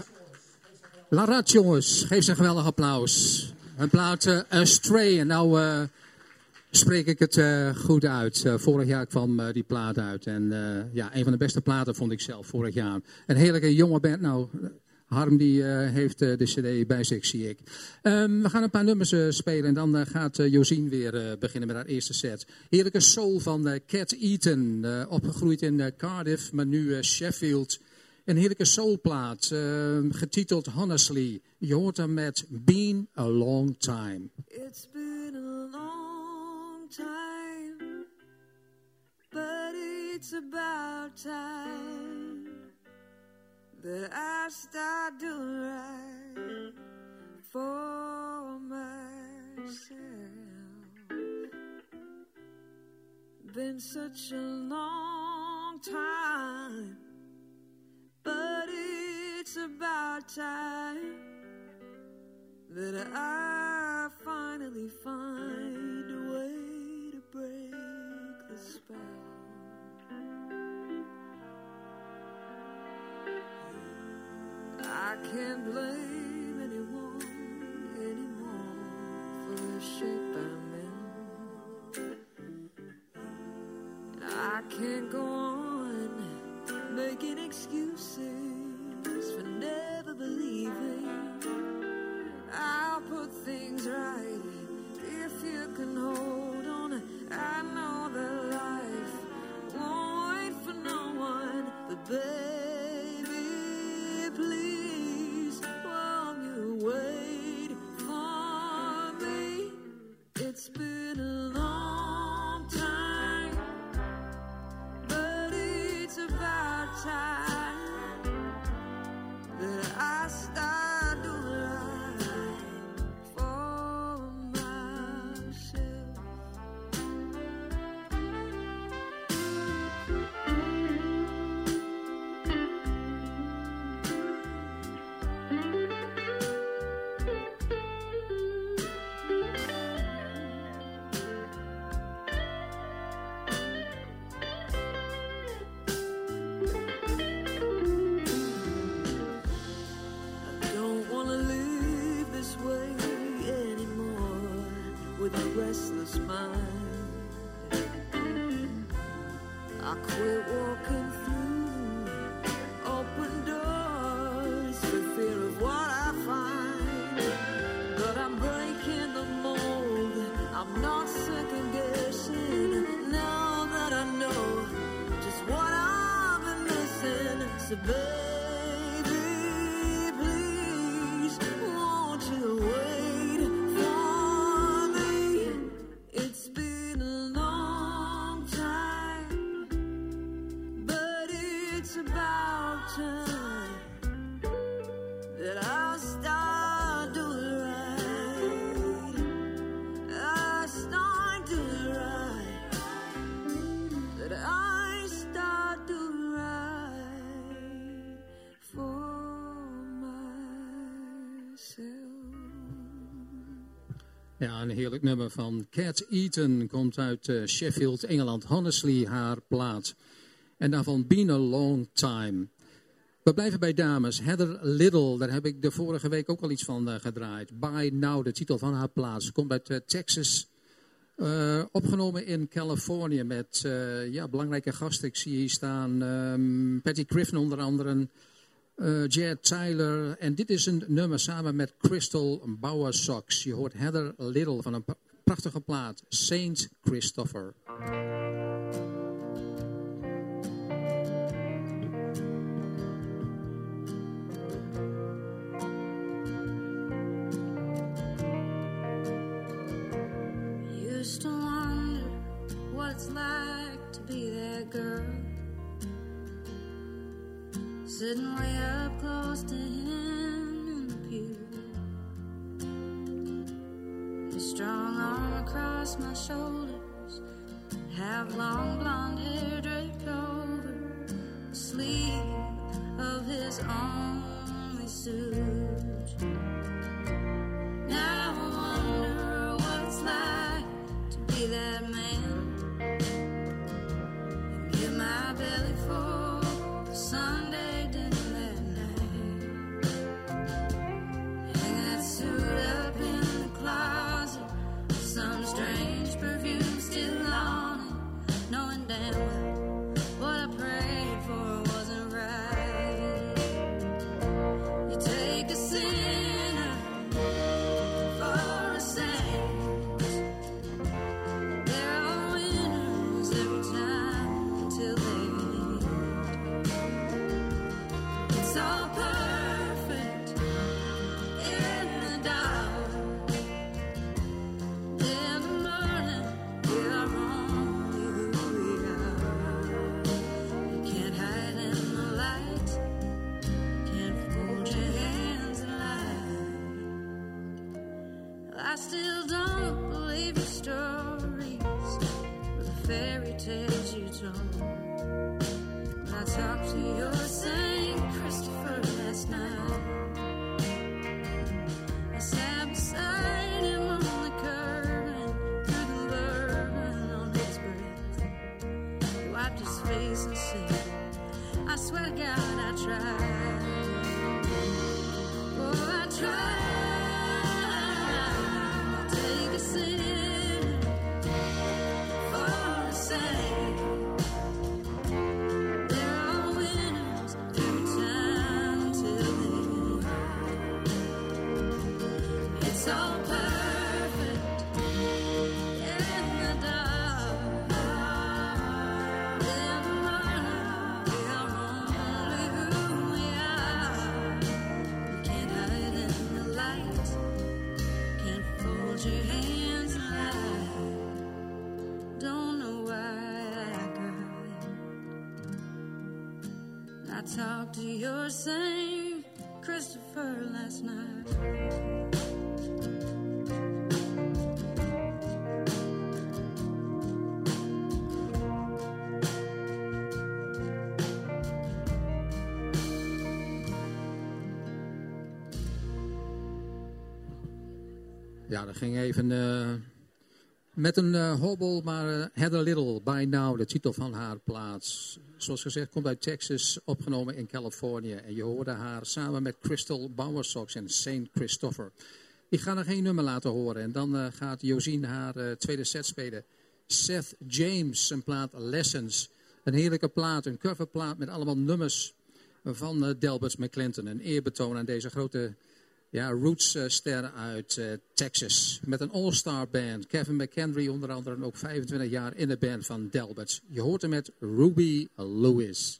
A: Larat, jongens, geef ze een geweldig applaus. Een plaat uh, Astray. En nou uh, spreek ik het uh, goed uit. Uh, vorig jaar kwam uh, die plaat uit. En uh, ja, een van de beste platen vond ik zelf vorig jaar. Een heerlijke jonge band. Nou, Harm die uh, heeft uh, de cd bij zich, zie ik. Um, we gaan een paar nummers uh, spelen. En dan uh, gaat uh, Josien weer uh, beginnen met haar eerste set. Heerlijke soul van uh, Cat Eaton. Uh, opgegroeid in uh, Cardiff, maar nu uh, Sheffield. Een heerlijke soulplaat, uh, getiteld Honestly. Je hoort hem met Been a Long Time.
B: It's been a long time, but it's about time that I start doing right for myself. Been such a long time, but it's about time that I finally find a way to break the spell. I can't blame anyone anymore for the shape I'm in. excuses for never believing I'll put things right if you can hold on. I know that life won't wait for no one, but baby, please, won't you wait for me? It's been a long time, but it's about time that I start doing right for myself. I don't wanna live this way anymore with a restless mind. I quit walking through open doors for fear of what I find. But I'm breaking the mold, I'm not second guessing. Now that I know just what I've been missing. So baby, please, won't you wait for me? It's been a long time, but it's about time that I start doing right. I start doing right. That I start doing right for myself.
A: Ja, een heerlijk nummer van Cat Eaton komt uit eh, Sheffield, Engeland. Honestly, haar plaat. En daarvan Been a Long Time. We blijven bij dames. Heather Little, daar heb ik de vorige week ook al iets van eh, gedraaid. By Now, de titel van haar plaat. Ze komt uit eh, Texas. Eh, opgenomen in Californië met eh, ja, belangrijke gasten. Ik zie hier staan ehm, Patty Griffin onder andere. Uh, Jared Tyler. En dit is een nummer samen met Crystal Bowersox. Je hoort Heather Little van een pa- prachtige plaat. Saint Christopher.
G: Used to wonder what it's like to be that girl, sitting way up close to him in the pew. His strong arm across my shoulders, have long blonde hair draped over the sleeve of his only suit. Now I wonder what it's like to be that man, and give my belly for Sunday dinner that night. Hang that suit up in the closet, some strange perfume still on it, knowing damn well what I prayed for wasn't right. You take a sinner for a saint. There are winners every time until they meet. It's all perfect in the dark. In the morning, we are only who we are. You can't hide in the light, can't fold your hands in light. I still don't believe your stories or the fairy tales you told. When I talked to your Saint Christopher last night, I sat beside him on the curb and threw the bourbon on his breath. He wiped his face and said, I swear to God I tried. Oh, I tried. Take a sin for a saint. There are winners talked to your Saint Christopher last night.
A: Ja, dat ging even uh, met een uh, hobbel, maar uh, Heather Little, By Now, de titel van haar plaats. Zoals gezegd, komt uit Texas, opgenomen in Californië. En je hoorde haar samen met Crystal Bowersox en Saint Christopher. Ik ga nog geen nummer laten horen en dan uh, gaat Josien haar uh, tweede set spelen. Seth James, zijn plaat Lessons. Een heerlijke plaat, een coverplaat met allemaal nummers van uh, Delbert McClinton. Een eerbetoon aan deze grote... Ja, roots-ster uit uh, Texas. Met een all-star band. Kevin McHenry onder andere en ook vijfentwintig jaar in de band van Delbert. Je hoort hem met Ruby Lewis.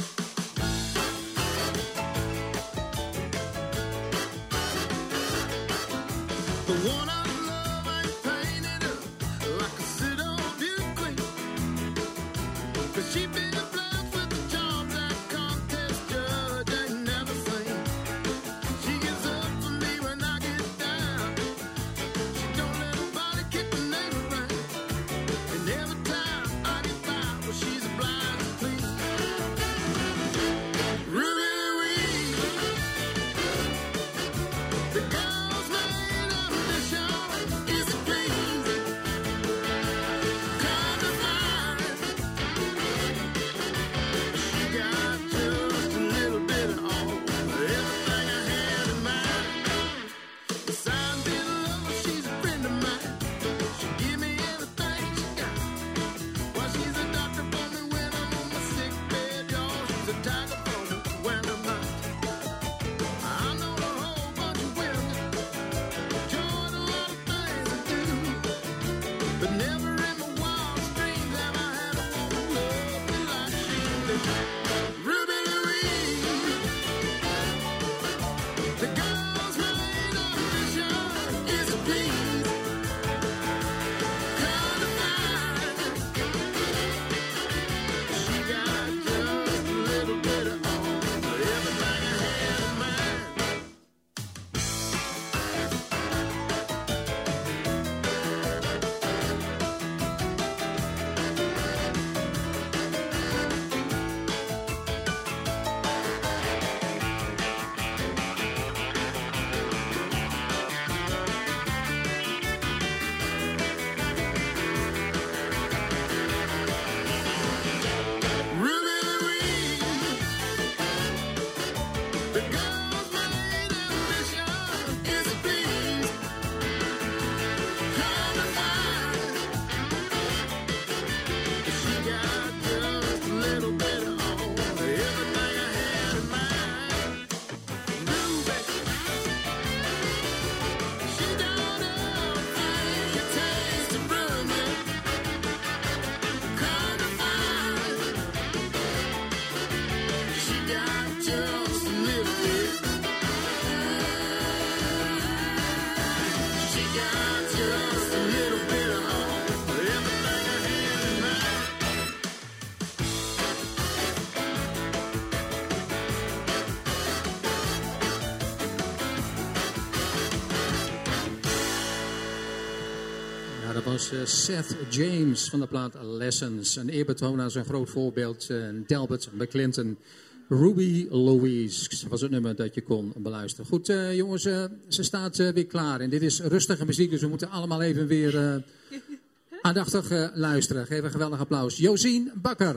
A: Dat was uh, Seth James van de plaat Lessons. Een eerbetoon aan zijn groot voorbeeld uh, Delbert McClinton. Ruby Louise was het nummer dat je kon beluisteren. Goed uh, jongens, uh, ze staat uh, weer klaar. En dit is rustige muziek, dus we moeten allemaal even weer uh, aandachtig uh, luisteren. Geef een geweldig applaus. Josien Bakker.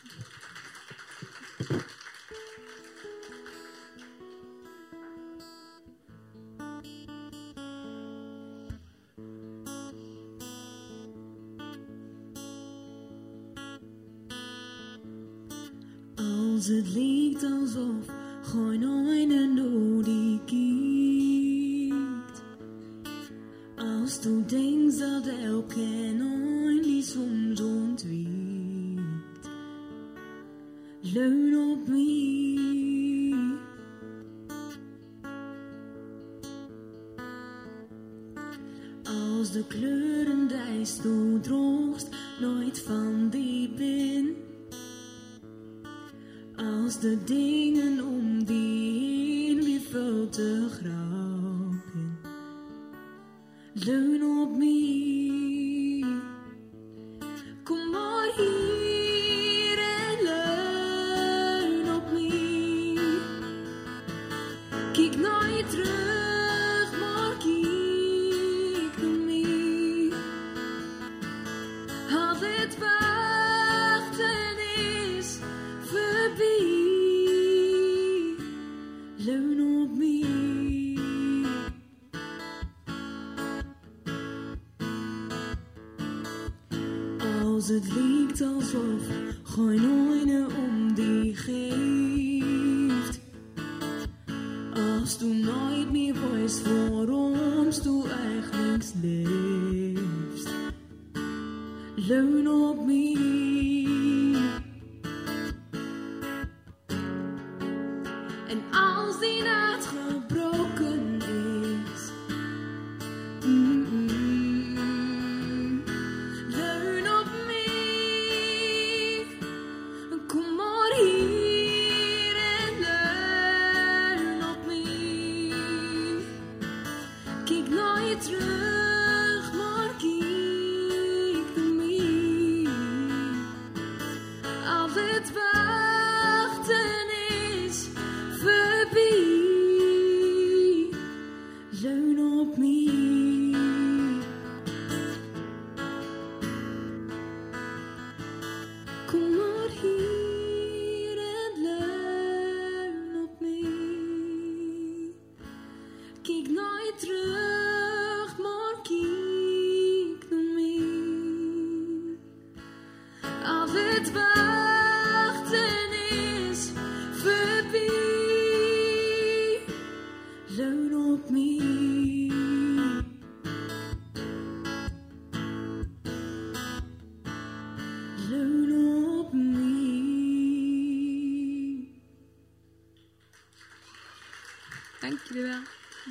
D: Als het lijkt alsof geen ene nodig kijkt. Als du denkt dat elke een die soms ontwijkt. Leun op mij. Als de kleuren die du droogst nooit van die bin. als de dingen om die heen weer veel te groot zijn. Leun op mij, kom maar hier en leun op mij. Kijk nooit terug, maar kijk naar mij. Al het wachten is voorbij. Leun op mij. Als het lijkt alsof geen oine om die geeft. Als du nooit meer weet waarom du eigenlijk leeft. Leun op mij. En als die nacht gebroken is. Mm-mm. Leun op mij. Kom maar hier en leun op mij. Kijk nooit terug, maar kijk naar mij. Al het wachten is voorbij. Leun op mij. Kom maar hier en leun op mij. Kijk nooit terug, maar kijk naar mij. Al het wachten is voorbij. Leun op mij. Leun op mij. Dank jullie wel.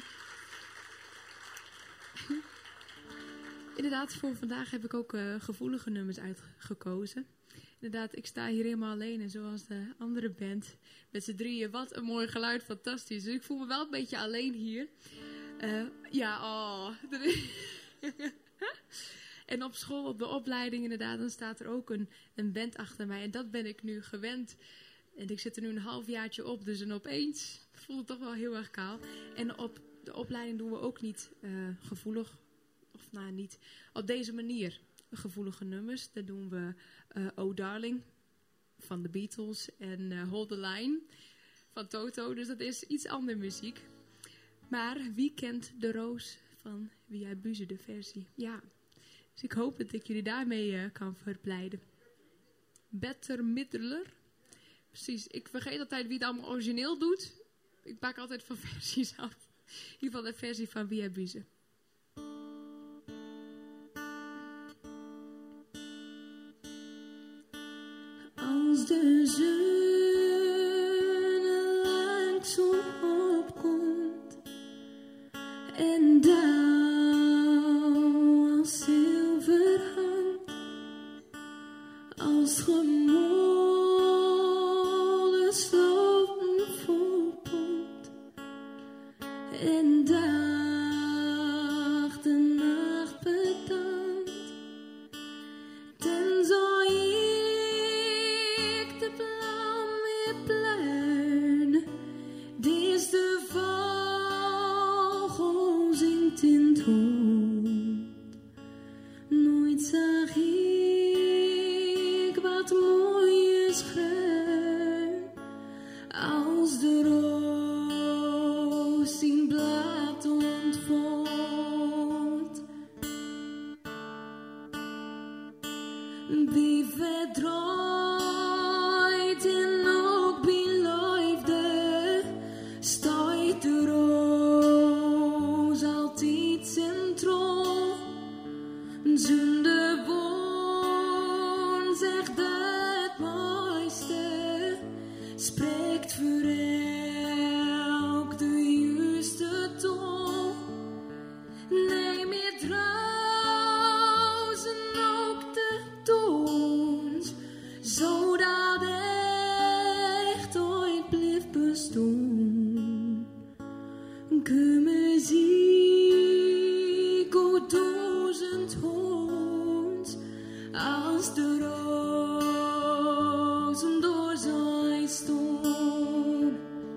D: Inderdaad, voor vandaag heb ik ook uh, gevoelige nummers uitgekozen. Inderdaad, ik sta hier helemaal alleen en zoals de andere band met z'n drieën. Wat een mooi geluid, fantastisch. Dus ik voel me wel een beetje alleen hier. Uh, ja, oh. En op school, op de opleiding inderdaad, dan staat er ook een, een band achter mij. En dat ben ik nu gewend. En ik zit er nu een halfjaartje op, dus en opeens voelt het toch wel heel erg kaal. En op de opleiding doen we ook niet uh, gevoelig, of nou niet, op deze manier gevoelige nummers. Dan doen we uh, Oh Darling van de Beatles en uh, Hold the Line van Toto. Dus dat is iets andere muziek. Maar wie kent de roos van Via Buze, de versie? Ja, dus ik hoop dat ik jullie daarmee uh, kan verblijden. Better Middeler. Precies, ik vergeet altijd wie het allemaal origineel doet. Ik maak altijd van versies af. In ieder geval de versie van Via Buze. Als de zon langzaam opkomt en dauw als zilver hangt, als gemollen sloten volpot en dag de nacht bedankt, dan zal ik de blauw weer pluin, dis de vogel zingt in het hond. Nooit zag ik wat mooi is groen, als de roos zijn blad ontvalt. Wie verdraait en ook beleefde, staat de roos altijd centraal. Zonder woon zegt het mooiste, spreekt voor elk de juiste toon. Neem je trouwens ook de toons, zodat echt als de rozen door zijn stoom,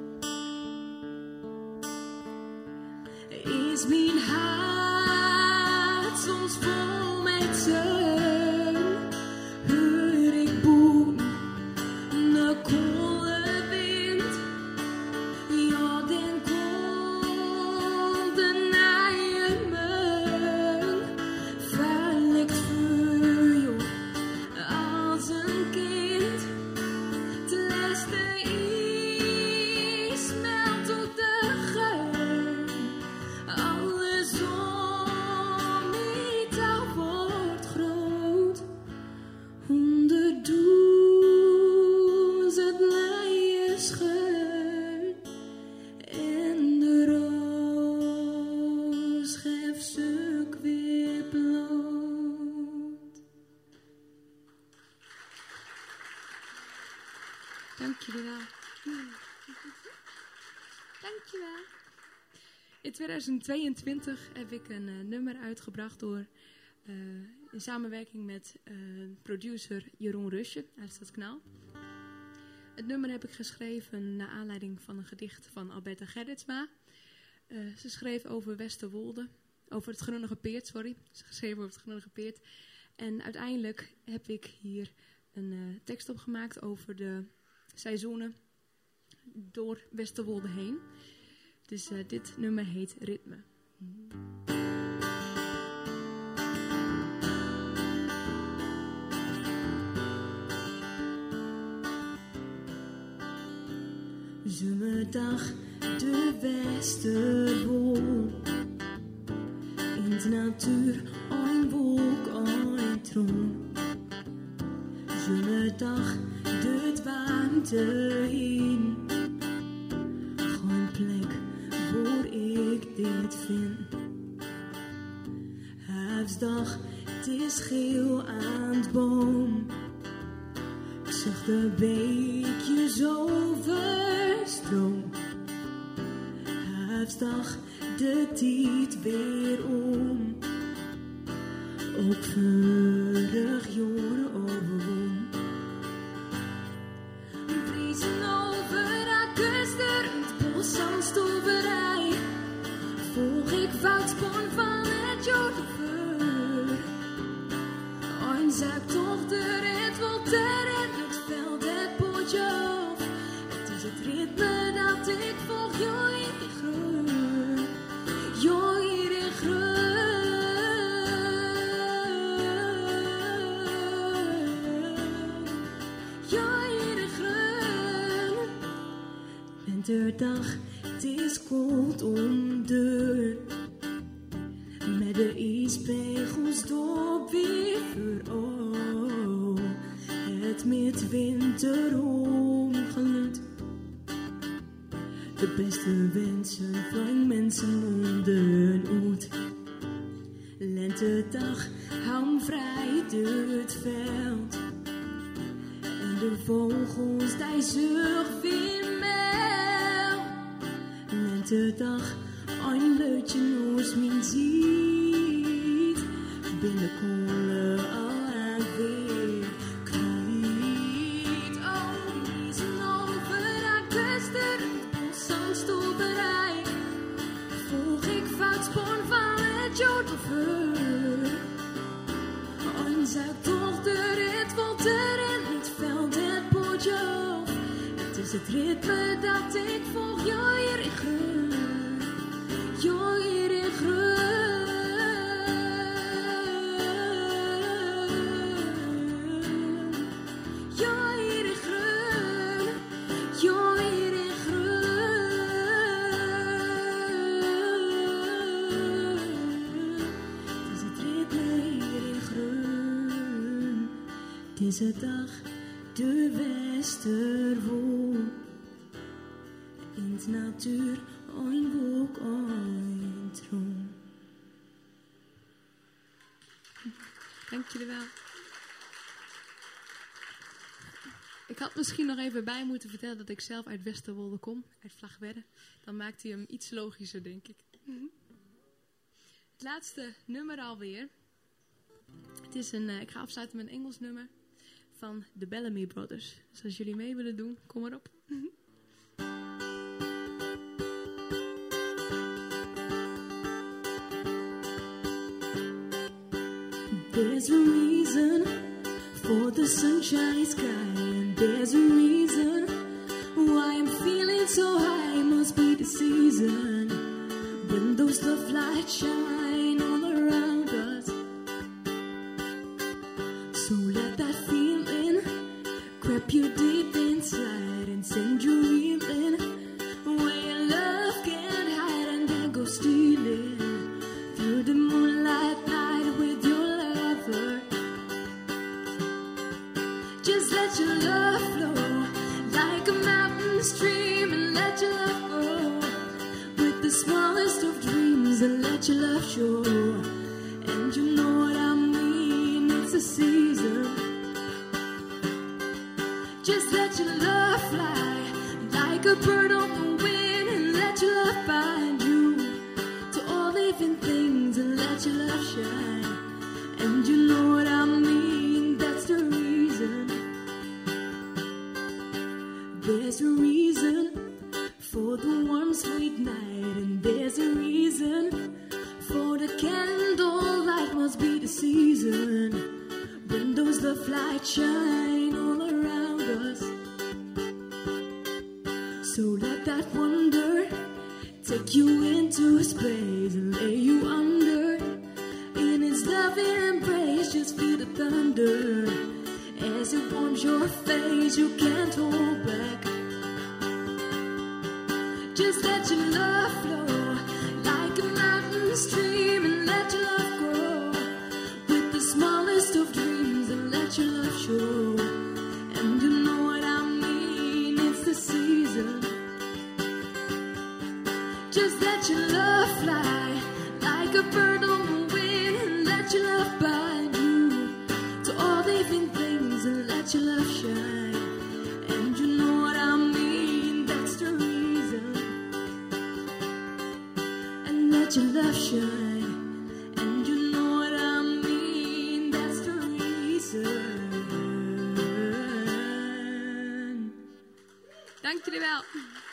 D: is mijn hart soms vol met zeun. Hoor ik boem, de koele wind, ja, dan komt de nijenmeun. Verlicht vuur, joh, als een kind. Het laatste ijs smelt op de geun. Alles om mij touw wordt groot. Honderdduizend leien scheun. En de roos geeft stuk weer bloot.
C: Dankjewel. Dankjewel. In tweeduizend tweeëntwintig heb ik een uh, nummer uitgebracht door, uh, in samenwerking met uh, producer Jeroen Rusje uit Stadskanaal. Het nummer heb ik geschreven naar aanleiding van een gedicht van Alberta Gerritsma. Uh, ze schreef over Westerwolde, over het Grunnige Peert, sorry. Ze schreef over het Grunnige Peert. En uiteindelijk heb ik hier een uh, tekst opgemaakt over de seizoenen door Westerwolde heen. Dus uh, dit nummer heet Ritme.
D: Zomerdag, de Westerwolde. In de natuur, een wolk, een troon. Zomerdag, de warmte heen. Geen plek waar ik dit vind. Herfstdag, het is geel aan het boom. Ik zag de beekjes overstroom. Herfstdag, de tijd weer om. Ook vorig jaar overwon. Vriezen over de kust, het bos aan stoverij. Volg ik voutspoor van het jordeveur. Een zaktochter, het wolter en het veld, het pootje af. Het is het ritme dat ik volg, joh, in de groen. Joh, in de groen. Joh, in de groen. Winterdag, het is koud om deur. Met de ijspegels door weer oh, het midwinter ongelukt. De beste wensen van mensen onder uit. Lentedag, hang vrij door het veld. En de vogels, die zucht weer mel. Lentedag, een leutje noos mijn ziet. Binnenkomen al aan weer kwiet. Oh, die zijn over de kuster, het bos aan stoberij. Volg ik voutspoor van het jordeveur. Een zaktochter, het wolter en het veld, het pootje af. Het is het ritme dat ik volg, joh, hier in groen. Joh, hier in groen. Joh, hier in groen. Joh, hier in groen. Het is het ritme hier in groen. Het is de dag, de Westerwolde. In de natuur, een wolk, een troon.
C: Dank jullie wel. Ik had misschien nog even bij moeten vertellen dat ik zelf uit Westerwolde kom, uit Vlagtwedde. Dan maakt hij hem iets logischer, denk ik. Het laatste nummer alweer. Het is een, uh, ik ga afsluiten met een Engels nummer van de Bellamy Brothers. Dus als jullie mee willen doen, kom maar op.
D: There's a reason for the sunshiny sky, and there's a reason why I'm feeling so high. Must be the season when those love lights shine all around us. So let that feeling grab you deep inside and send you reeling where your love can't hide and then go stealing through the moonlight night with your lover. Just let your love flow like a mountain stream, and let your love grow with the smallest of dreams, and let your love show. And you know what I mean, it's a season. Just let your love fly like a bird on the wind, and let your love bind you to all living things, and let your love shine. And you know what I mean, that's the reason. There's a reason for the warm sweet night, and there's a reason for the candlelight. Must be the season when those love lights shine all around us. So let that wonder take you into a space and lay you under in its loving embrace. Just feel the thunder as it warms your face. You can't hold back. Just let your love flow like a mountain stream, and let your love grow with the smallest of dreams, and let your love show. And you know what I mean, it's the season. Just let your love fly like a bird on the wind, and let your love bind you to all living things, and let your love shine. And you know what I mean, that's the reason. And let your love shine. And you know what I mean, that's the reason.
C: Dank jullie wel.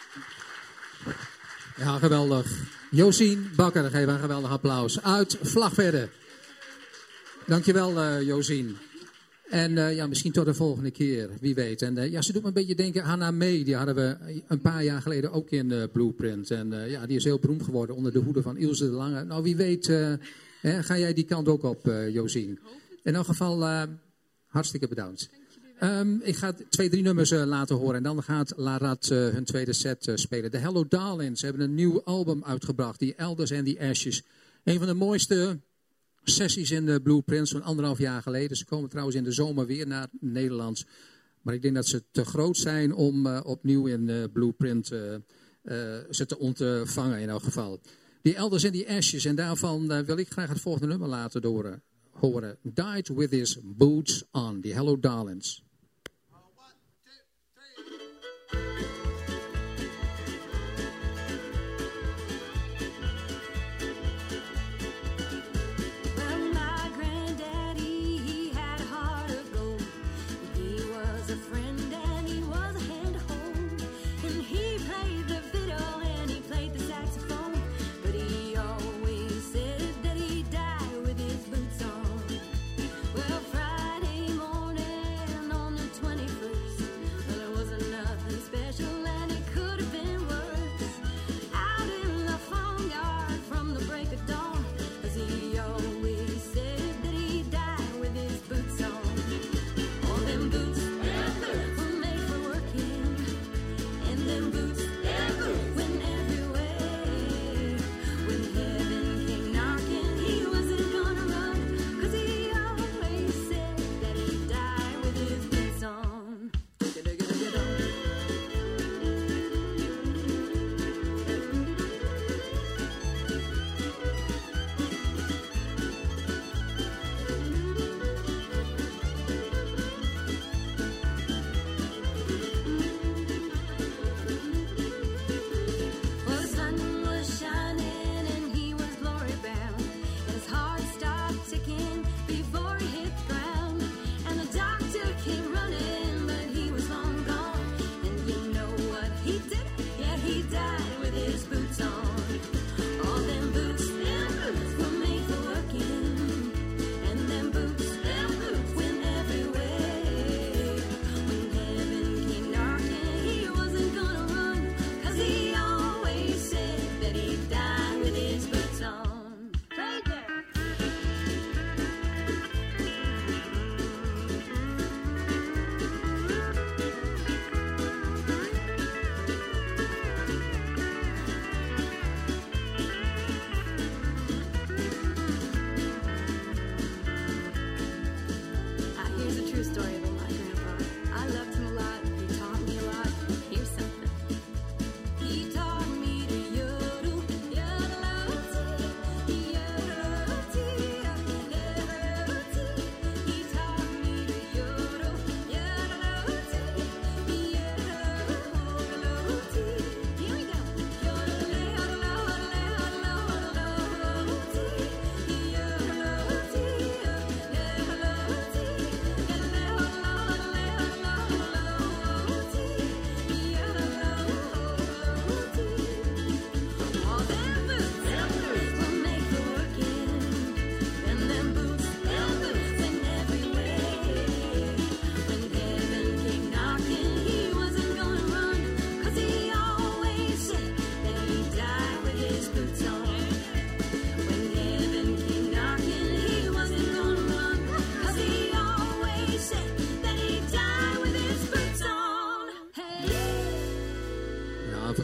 A: Ja, geweldig. Josien Bakker, geef een geweldig applaus. Uit Vlagtwedde. Dankjewel, uh, Josien. En uh, ja, misschien tot de volgende keer, wie weet. En uh, ja, ze doet me een beetje denken, Hannah May, die hadden we een paar jaar geleden ook in uh, Blueprint. En uh, ja, die is heel beroemd geworden onder de hoede van Ilse de Lange. Nou, wie weet, uh, hè, ga jij die kant ook op, uh, Josien. In elk geval, uh, hartstikke bedankt. Um, ik ga twee, drie nummers uh, laten horen en dan gaat Larat uh, hun tweede set uh, spelen. De Hello Darlings hebben een nieuw album uitgebracht, The Elders and the Ashes. Een van de mooiste sessies in de Blueprints van anderhalf jaar geleden. Ze komen trouwens in de zomer weer naar Nederland. Maar ik denk dat ze te groot zijn om uh, opnieuw in uh, Blueprint uh, uh, ze te ontvangen in elk geval. The Elders and the Ashes, en daarvan uh, wil ik graag het volgende nummer laten door, horen. Died with his boots on, The Hello Darlings.
G: Friday morning on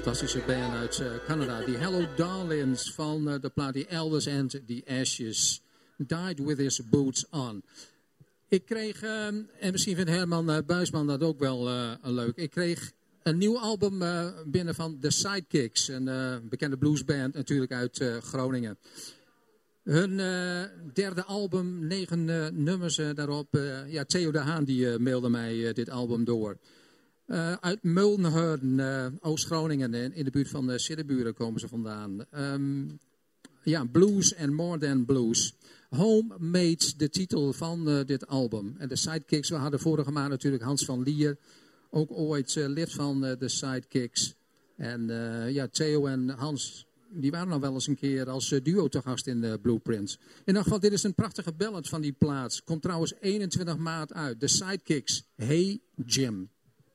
A: fantastische band uit uh, Canada. Die Hello Darlings van uh, de plaat The Elders and the Ashes. Died with his boots on. Ik kreeg, uh, en misschien vindt Herman uh, Buisman dat ook wel uh, leuk. Ik kreeg een nieuw album uh, binnen van The Sidekicks. Een uh, bekende bluesband natuurlijk uit uh, Groningen. Hun uh, derde album, negen uh, nummers uh, daarop. Uh, ja, Theo de Haan die uh, mailde mij uh, dit album door. Uh, uit Muldenhurden, uh, Oost-Groningen, in, in de buurt van uh, Siddeburen komen ze vandaan. Um, ja, Blues and More Than Blues. Homemade, de titel van uh, dit album. En de Sidekicks, we hadden vorige maand natuurlijk Hans van Lier, ook ooit uh, lid van uh, de Sidekicks. En uh, ja, Theo en Hans, die waren nog wel eens een keer als uh, duo te gast in uh, Blueprints. In ieder geval, dit is een prachtige ballad van die plaats. Komt trouwens eenentwintig maart uit. De Sidekicks, Hey Jim.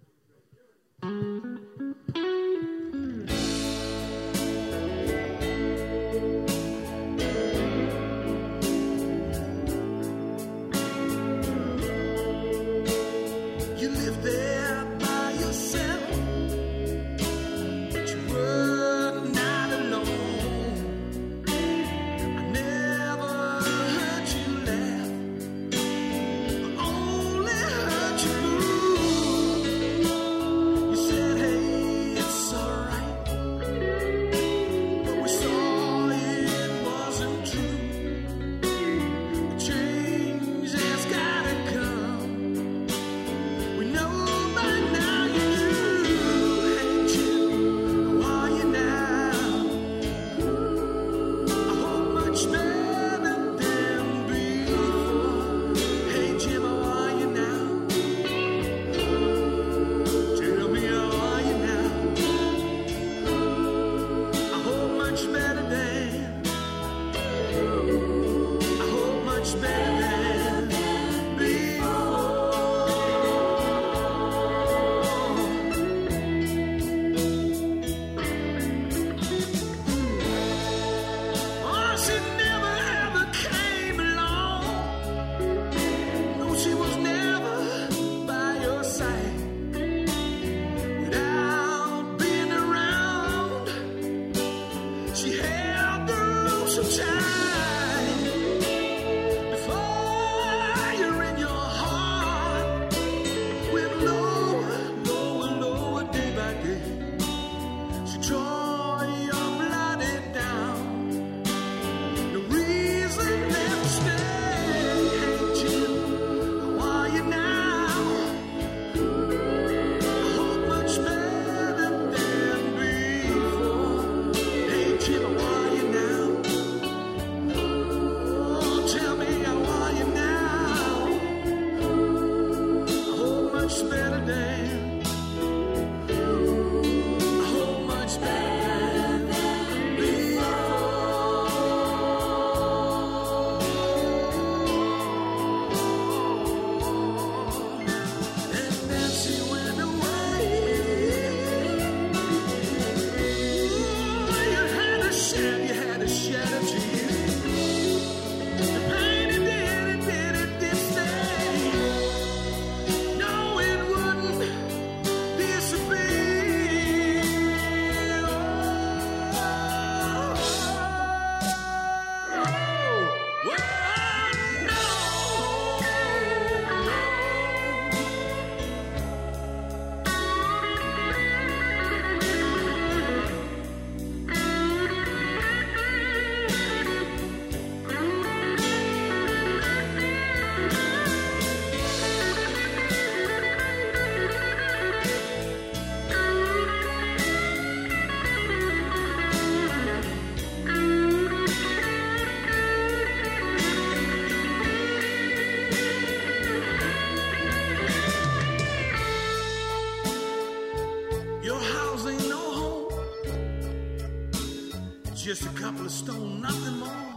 B: Just a couple of stone, nothing more.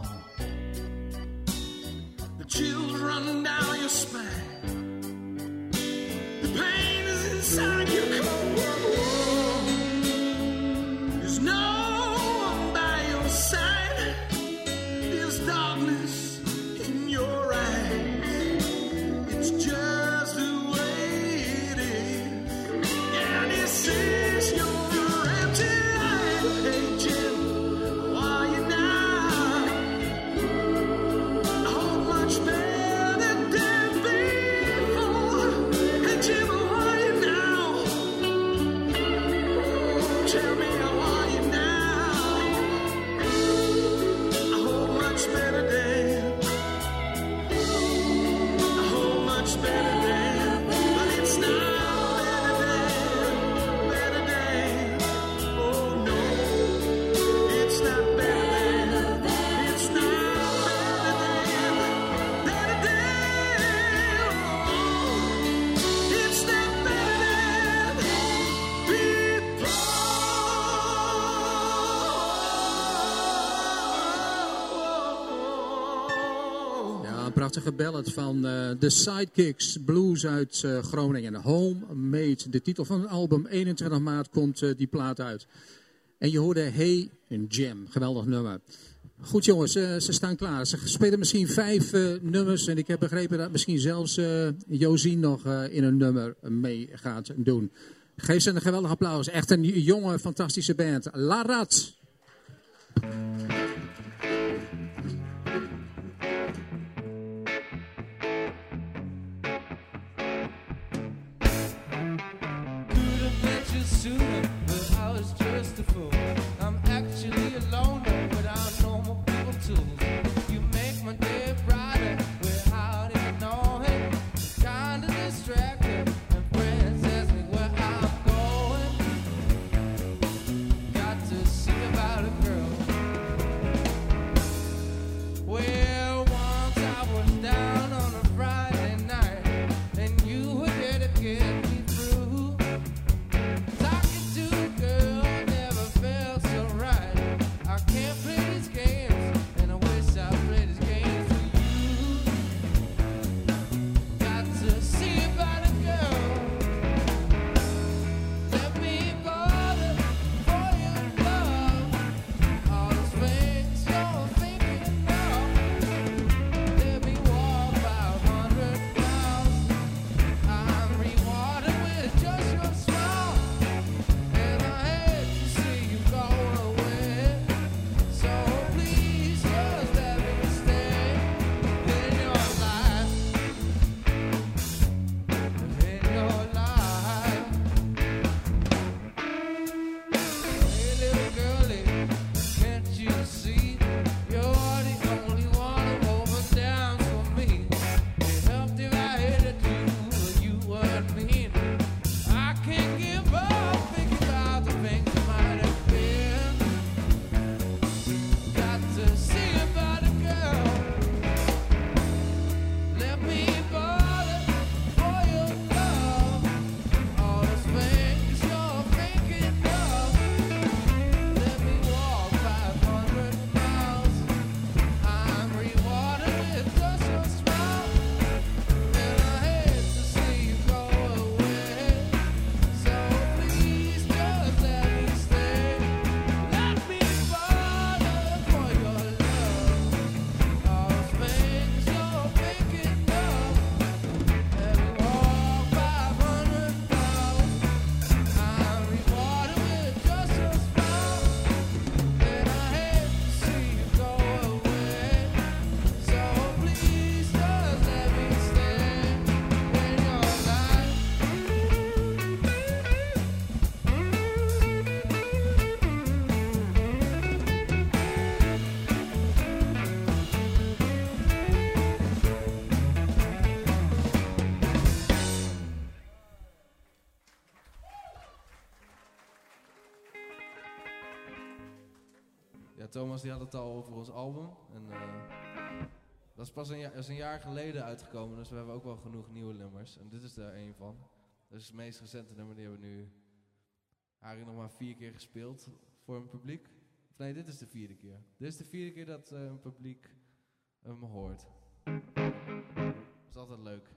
B: The chills running down your spine. The pain is inside your cold. There's no one by your side. There's darkness in your eyes. It's just the way it is. Yeah, this is your empty.
A: prachtige ballad van uh, de Sidekicks, blues uit uh, Groningen. Homemade, de titel van het album. eenentwintig maart komt uh, die plaat uit. En je hoorde Hey, een jam, geweldig nummer. Goed jongens, uh, ze staan klaar. Ze spelen misschien vijf uh, nummers. En ik heb begrepen dat misschien zelfs uh, Josien nog uh, in een nummer mee gaat doen. Geef ze een geweldig applaus. Echt een jonge, fantastische band. La Rat.
F: Sooner, but I was just a fool. I'm actually alone without normal people tools. You make my day brighter without even knowing. Kinda distracted, and friends ask me where I'm going. Got to see about a girl. Well, once I was down on a Friday night, and you were there to get me through. Ja, Thomas die had het al over ons album. En, uh, dat is pas een, ja- is een jaar geleden uitgekomen, dus we hebben ook wel genoeg nieuwe nummers. En dit is er een van. Dat is het meest recente nummer, die hebben we nu eigenlijk nog maar vier keer gespeeld voor een publiek. Of nee, dit is de vierde keer. Dit is de vierde keer dat uh, een publiek hem hoort. Dat is altijd leuk.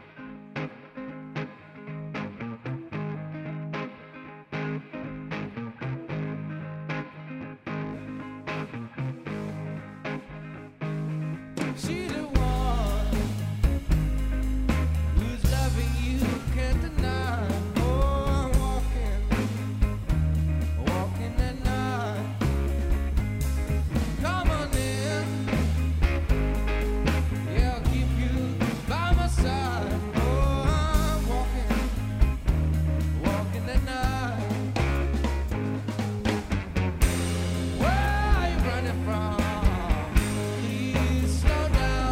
F: She the one who's loving you, can't deny. Oh, I'm walking, walking at night. Come on in, yeah, I'll keep you by my side. Oh, I'm walking, walking at night. Where are you running from? Please slow down.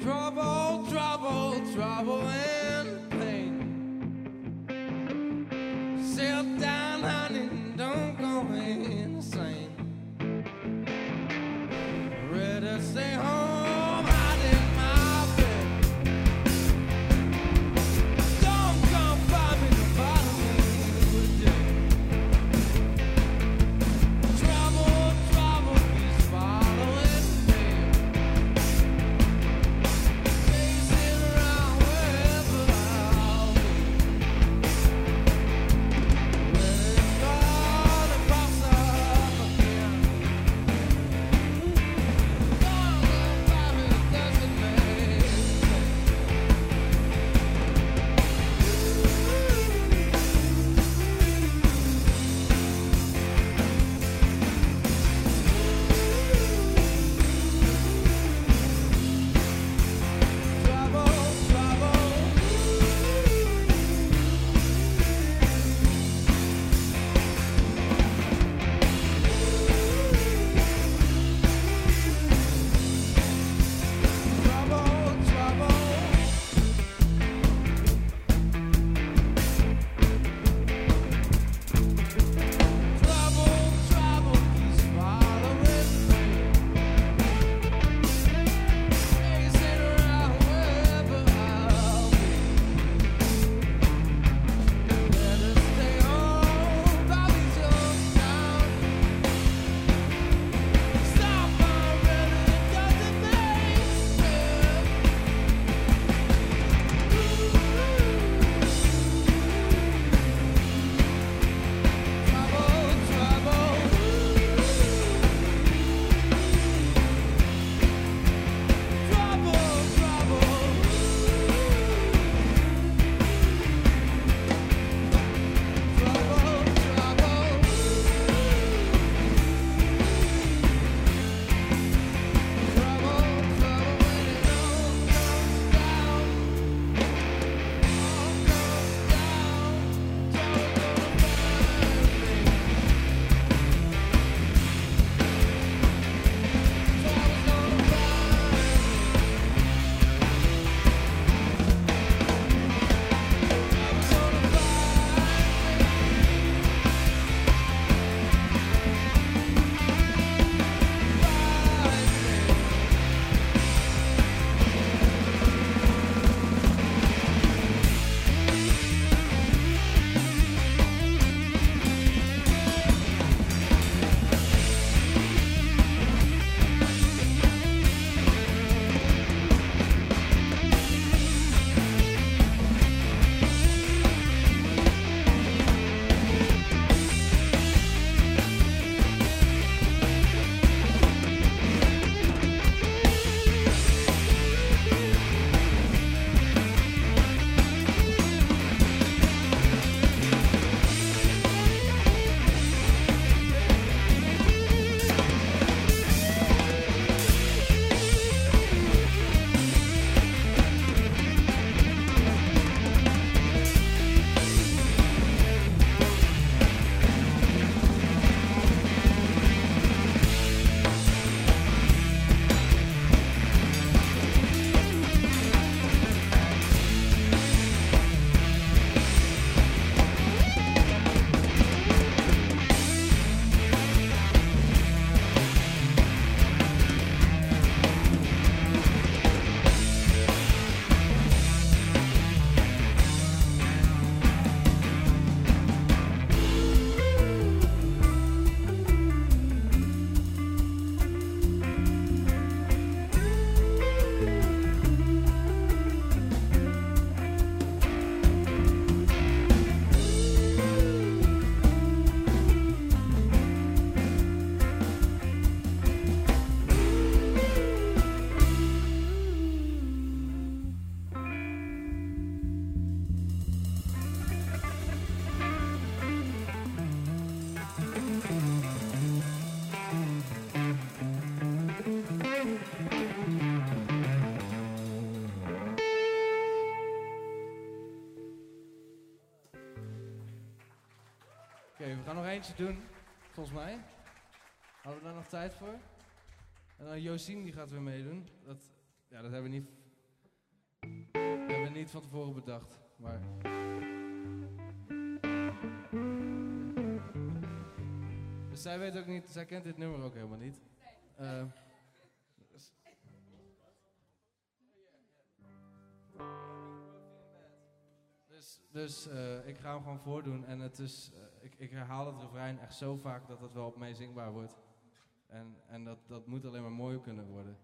F: trouble, trouble, trouble and pain. Sit down, honey, don't go insane. Ready to stay home, hide in my bed. Don't come find me, nobody will do. Trouble, trouble, please follow it.
H: okay, we gaan nog eentje doen, volgens mij. Hadden we daar nog tijd voor? En dan Josien die gaat weer meedoen. Dat, ja, dat hebben we niet
F: niet van tevoren bedacht. Maar... Dus zij weet ook niet, zij kent dit nummer ook helemaal niet. Uh, dus... Dus, dus uh, ik ga hem gewoon voordoen en het is, uh, ik, ik herhaal het refrein echt zo vaak dat het wel op mij zingbaar wordt. En, en dat, dat moet alleen maar mooi kunnen worden.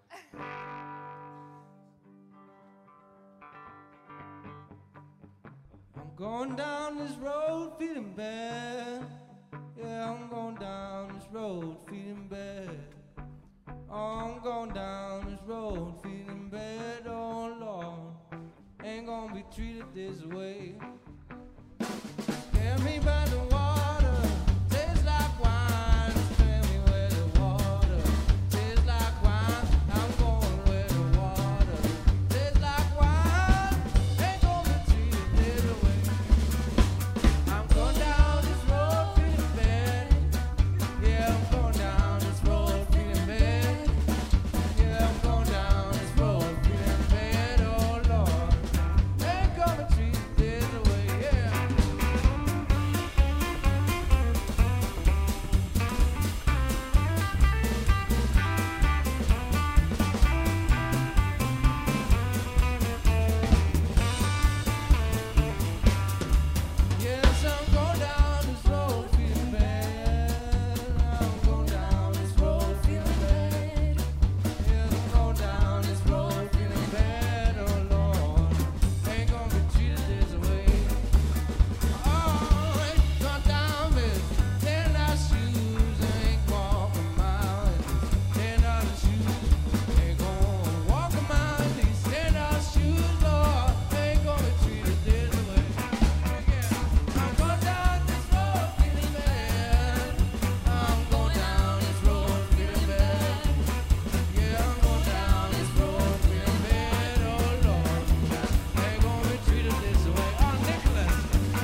F: I'm going down this road feeling bad. Yeah, I'm going down this road feeling bad. I'm going down this road feeling bad, oh Lord. Ain't gonna be treated this way. Scare me by the water, tastes like wine. Scare me where the water tastes like wine. I'm going where the water tastes like wine. Ain't gonna be treated this way. I'm going down this road feeling bad. Yeah, I'm going down this road feeling bad. Yeah, I'm going down this road feeling bad, oh Lord. Ain't gonna treat this way, yeah. Yes, I'm going down this road feeling bad. I'm going down this road feeling bad. Yes, I'm going down this road feeling bad, oh Lord. Ain't gonna be treated this way. Oh, ain't gone down with ten dollar shoes. Ain't walking miles. Ten dollar shoes. Ain't gonna walk a mile in these ten dollar shoes, Lord. Ain't gonna be treated this way. I'm going down this road feeling bad. I'm going down this road feeling bad. Yeah, I'm going down this road feeling bad, oh Lord. Ain't gonna be treated this way. Oh, Nicholas.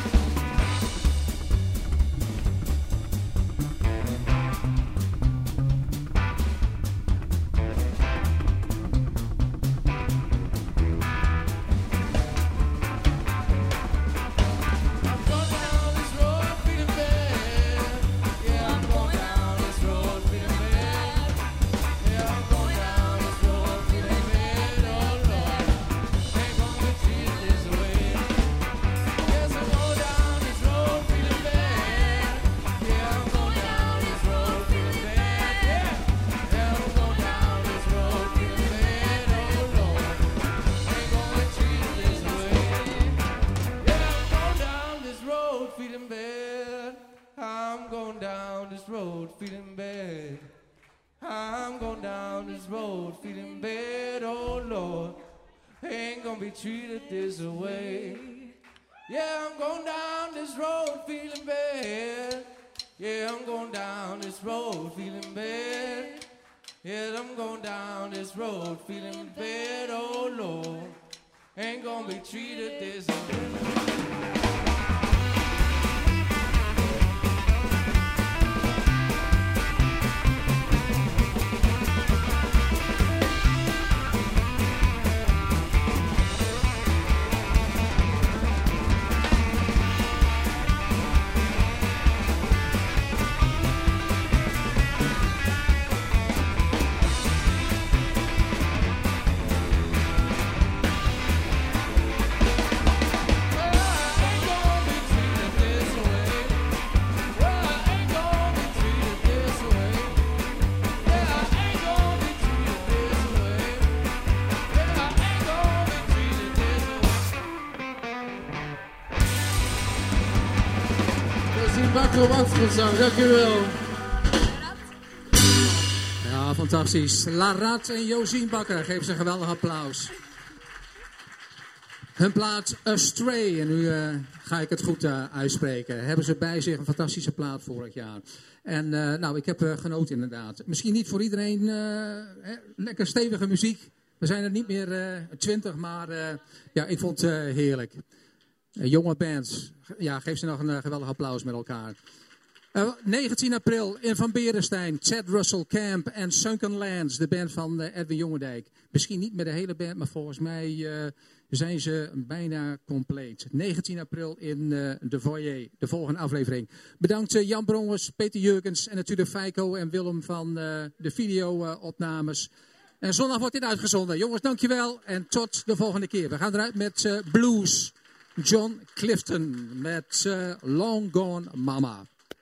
F: I'm going down this road feeling bad. Yeah, I'm going down this road feeling bad. Yeah, I'm going down this road feeling bad, oh Lord. Ain't gonna be treated this way. Yes, I'm going down this road feeling bad. Yeah, I'm going down this road feeling bad. Yeah, yeah, I'm going down this road feeling bad, oh Lord. Ain't gonna be treated this way. Yeah, I'm going down this road feeling bad. I'm going down this road feeling bad. I'm going down this road feeling bad, oh Lord. Ain't gonna be treated this way. Yeah, I'm going down this road feeling bad. Yeah, I'm going down this road feeling bad. Yeah, I'm going down this road feeling bad, oh Lord. Ain't gonna be treated this way.
E: Bakker op achtergrondzang, dankjewel.
A: Ja, fantastisch. Larat en Josien Bakker, geef ze een geweldig applaus. Hun plaat Astray, en nu uh, ga ik het goed uh, uitspreken, hebben ze bij zich een fantastische plaat vorig jaar. En uh, nou, ik heb uh, genoten inderdaad. Misschien niet voor iedereen uh, hè, lekker stevige muziek. We zijn er niet meer twintig, uh, maar uh, ja, ik vond het uh, heerlijk. Uh, jonge bands, ja, geef ze nog een uh, geweldig applaus met elkaar. Uh, negentien april in Van Berenstein, Chad Russell Camp en Sunken Lands, de band van uh, Edwin Jongendijk. Misschien niet met de hele band, maar volgens mij uh, zijn ze bijna compleet. negentien april in uh, de foyer, de volgende aflevering. Bedankt uh, Jan Brongers, Peter Jurgens en natuurlijk Feiko en Willem van uh, de video-opnames. En zondag wordt dit uitgezonden. Jongens, dankjewel en tot de volgende keer. We gaan eruit met uh, Blues. John Clifton met uh, Long Gone Mama.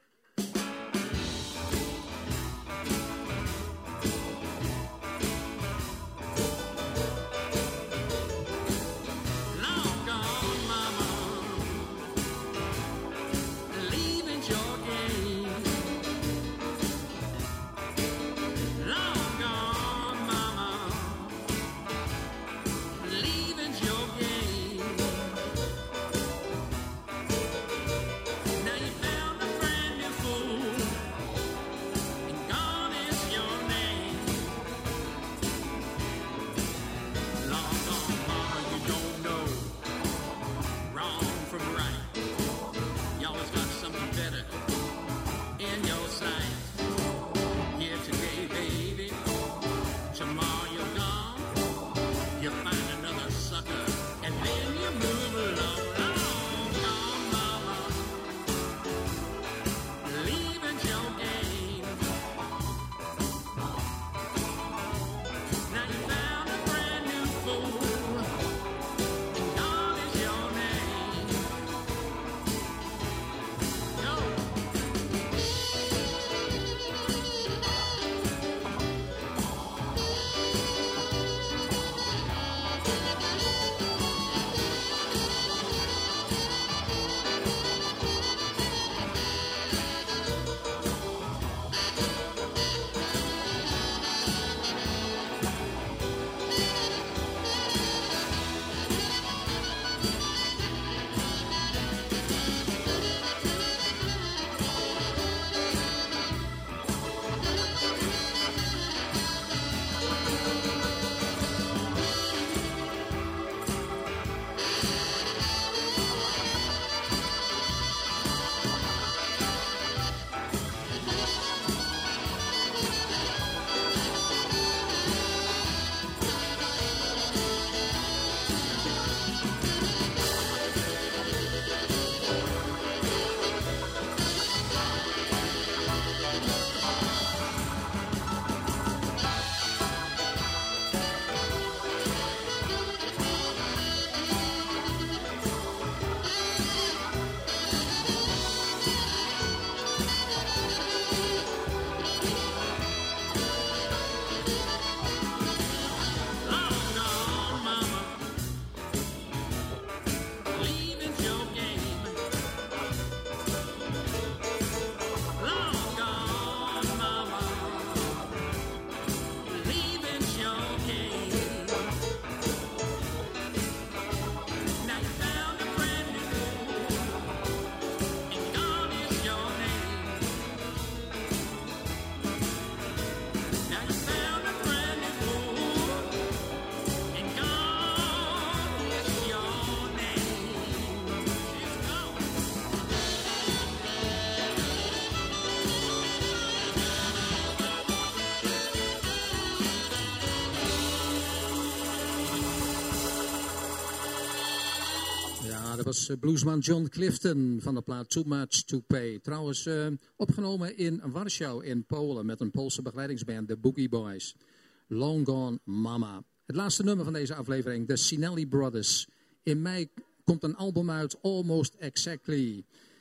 A: Dat was bluesman John Clifton van de plaat Too Much to Pay. Trouwens uh, opgenomen in Warschau in Polen met een Poolse begeleidingsband, de Boogie Boys. Long Gone Mama. Het laatste nummer van deze aflevering, de Sinelli Brothers. In mei komt een album uit, Almost Exactly.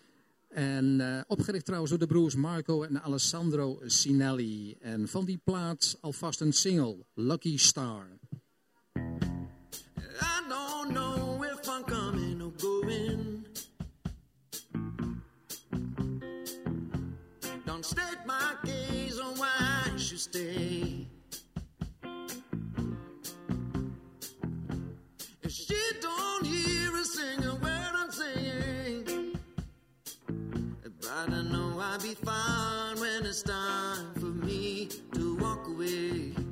A: En uh, opgericht trouwens door de broers Marco en Alessandro Sinelli. En van die plaat alvast een single, Lucky Star.
B: I don't know if I'm coming or going. Don't state my gaze on why I should stay. If she don't hear a single word I'm saying, but I know I'll be fine when it's time for me to walk away.